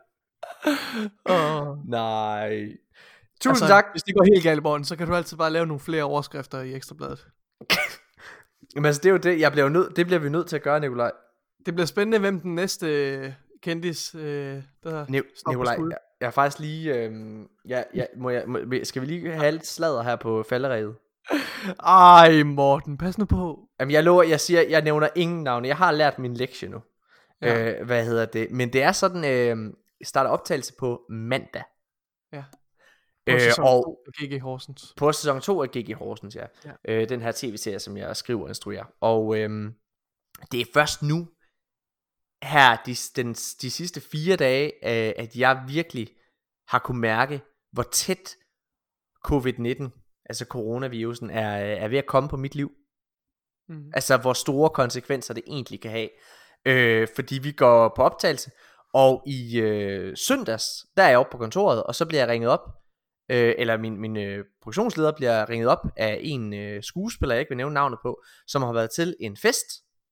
Nej. Tusind tak. Hvis det går helt galt, Morten, så kan du altid bare lave nogle flere overskrifter i Ekstrabladet. Men altså, det er jo det, det bliver vi nødt til at gøre, Nikolaj. Det bliver spændende, hvem den næste kendis Nikolaj, jeg er faktisk lige skal vi lige have lidt sladder her på falderevet? Ej, Morten, pas nu på. Jamen jeg lover, jeg nævner ingen navne. Jeg har lært min lektie nu. Ja. Men det er sådan starter optagelse på mandag. Ja. På sæson 2 af GG Horsens. På sæson 2 af GG Horsens, ja. Den her tv-serie, som jeg skriver og instruerer. Og det er først nu, her de sidste 4 dage, at jeg virkelig har kunne mærke, hvor tæt covid-19, altså coronavirusen, er ved at komme på mit liv. Altså hvor store konsekvenser det egentlig kan have. Fordi vi går på optagelse, og i søndags, der er jeg oppe på kontoret, og så bliver jeg ringet op, eller min produktionsleder bliver ringet op af en skuespiller, jeg ikke vil nævne navnet på, som har været til en fest.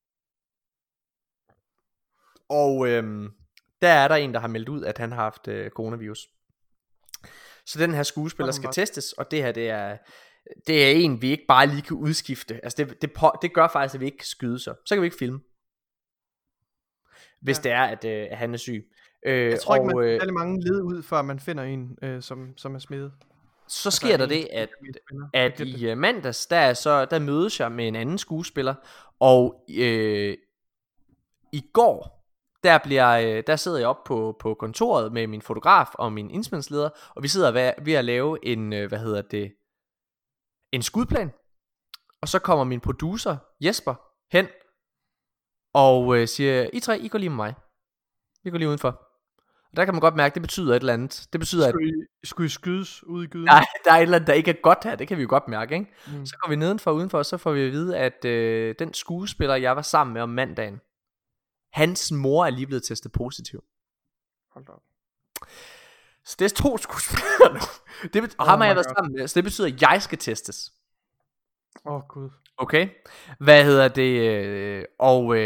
Og der er der en, der har meldt ud, at han har haft coronavirus. Så den her skuespiller skal testes, og det her, det er en, vi ikke bare lige kan udskifte. Altså det gør faktisk, at vi ikke kan skyde så kan vi ikke filme, hvis det er, at han er syg. Jeg tror ikke, man kan særlig mange led ud, før man finder en, som er smittet. Så sker der det, at i mandags, der mødes jeg med en anden skuespiller, og i går, der sidder jeg op på kontoret med min fotograf og min indspilningsleder, og vi sidder ved at lave en skudplan. Og så kommer min producer Jesper hen og siger, I går lige med mig. Vi går lige udenfor. Og der kan man godt mærke, det betyder et eller andet. Det betyder, skulle I skydes ude i gyden? Nej, der er et eller andet, der ikke er godt her. Det kan vi jo godt mærke, ikke? Så går vi udenfor, og så får vi at vide, at den skuespiller, jeg var sammen med om mandagen, hans mor er lige blevet testet positiv. Hold da op. Så det er 2 skuespillere nu. Og ham har jeg været sammen med. Så det betyder, at jeg skal testes. Gud. Okay. Hvad hedder det? Og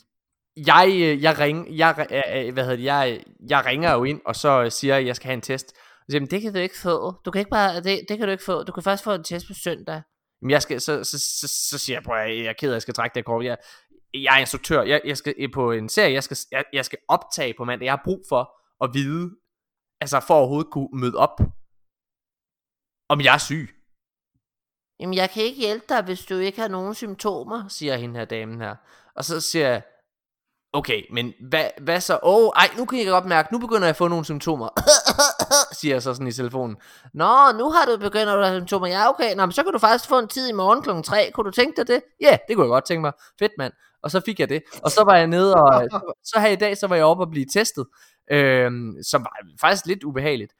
jeg ringer jo ind, og så siger jeg, at jeg skal have en test. Og siger, det kan du ikke få. Du kan ikke bare, det kan du ikke få. Du kan først få en test på søndag. Men jeg skal, så siger jeg, jeg er ked af, jeg skal trække det kort. Jeg er instruktør. Jeg skal på en serie. Jeg skal optage på mandag. Jeg har brug for at vide, altså for overhovedet kunne møde op, om jeg er syg. Jamen jeg kan ikke hjælpe dig, hvis du ikke har nogen symptomer, siger hende her damen her. Og så siger jeg, okay, men hvad så? Nu kan jeg godt mærke, nu begynder jeg at få nogle symptomer. Siger jeg så sådan i telefonen. Nå, nu har du begyndt at have symptomer. Ja, okay, nå, men så kan du faktisk få en tid i morgen kl. 3. Kunne du tænke dig det? Ja, det kunne jeg godt tænke mig. Fedt, mand. Og så fik jeg det. Og så var jeg nede, og så her i dag, så var jeg oppe og blive testet. Som var faktisk lidt ubehageligt.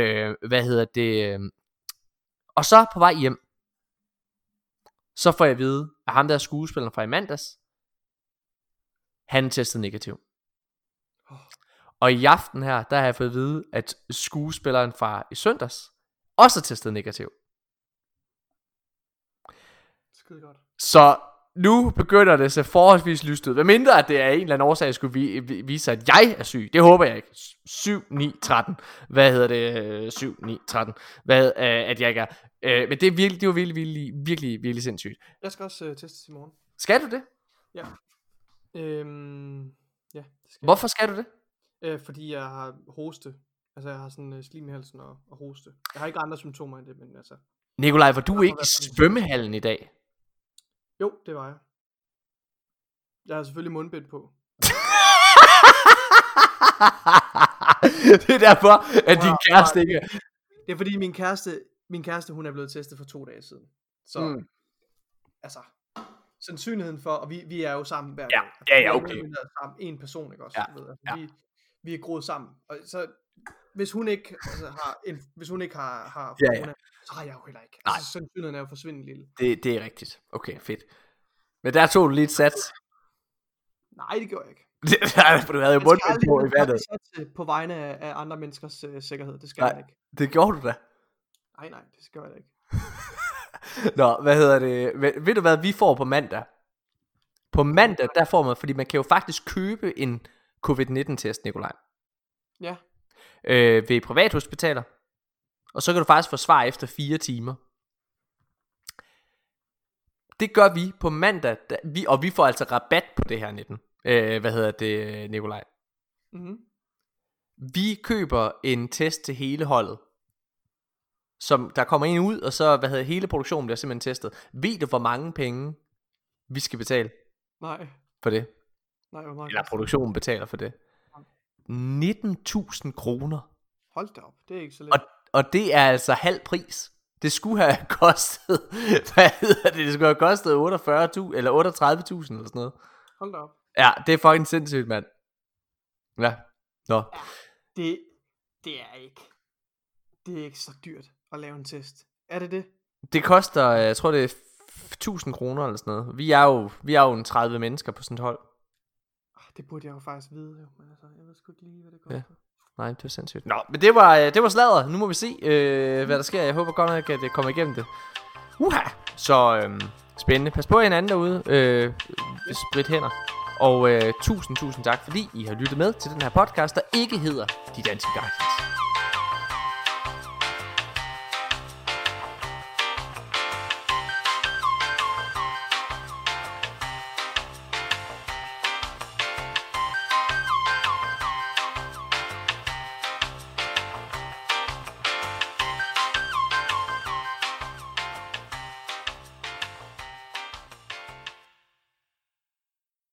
Og så på vej hjem, så får jeg at vide, at ham der skuespilleren fra i mandags, han testede negativ. Og i aften her, der har jeg fået at vide, at skuespilleren fra i søndags også er testet negativ. Skide godt. Så nu begynder det at se forholdsvis lyst ud. Hvad mindre at det er en eller anden årsag, at skulle vise sig, at jeg er syg. Det håber jeg ikke. 7, 9, 13. Hvad hedder det? 7, 9, 13. At jeg ikke er. Men det er virkelig, det var virkelig sindssygt. Jeg skal også testes i morgen. Skal du det? Ja. Ja, det skal Hvorfor skal du det? fordi jeg har hoste. Altså jeg har sådan slim i halsen og hoste. Jeg har ikke andre symptomer end det, men altså. Nikolaj, var du ikke i svømmehallen i dag? Jo, det var jeg. Jeg har selvfølgelig mundbind på. Det er derfor, at din kæreste ikke... Det er fordi min kæreste, hun er blevet testet for 2 dage siden. Så, altså, sandsynligheden for, og vi er jo sammen hver dag. Ja, okay. Vi er sammen, en person, ikke også? Ja, Ved, altså, vi er groet sammen. Og så, hvis hun ikke har corona, så har jeg jo heller ikke. Altså, sandsynligheden er jo forsvindende lille. Det er rigtigt. Okay, fedt. Men der tog du lige et sats. Nej, det gjorde jeg ikke. For du havde jo mundbind på i vandet. På vegne af andre menneskers sikkerhed. Det skal jeg ikke. Det gjorde du da. Nej, det skal jeg ikke. Nå, hvad hedder det? Ved du hvad vi får på mandag? På mandag, der får man, fordi man kan jo faktisk købe en COVID-19 test, Nikolaj. Ja. Ved privathospitaler. Og så kan du faktisk få svar efter 4 timer. Det gør vi på mandag, og vi får altså rabat på det her 19. Nikolaj? Mm-hmm. Vi køber en test til hele holdet. Som der kommer en ud, og så hele produktionen bliver simpelthen testet. Ved du hvor mange penge vi skal betale? Nej. For det? Nej, hvor meget? Eller produktionen betaler for det. 19.000 kroner. Hold da op, det er ikke så let. Og det er altså halv pris. Det skulle have kostet, det skulle have kostet 38.000 eller 38.000 eller sådan noget. Hold da op. Ja, det er fucking sindssygt, mand. Ja. Nå. Ja, det er ikke så dyrt at lave en test. Er det det? Det koster, jeg tror det er 1.000 kroner eller sådan noget. Vi er jo en 30 mennesker på sådan et hold. Det burde jeg jo faktisk vide, jo. Men altså, jeg ved sgu ikke lige, hvad det koster. Ja. Nej, det var sindssygt. Nå, men det var sladder. Nu må vi se, hvad der sker. Jeg håber godt nok, at det kommer igennem det. Så spændende. Pas på hinanden derude. Sprit hænder. Og tusind tak, fordi I har lyttet med til den her podcast, der ikke hedder De Danske Guardians.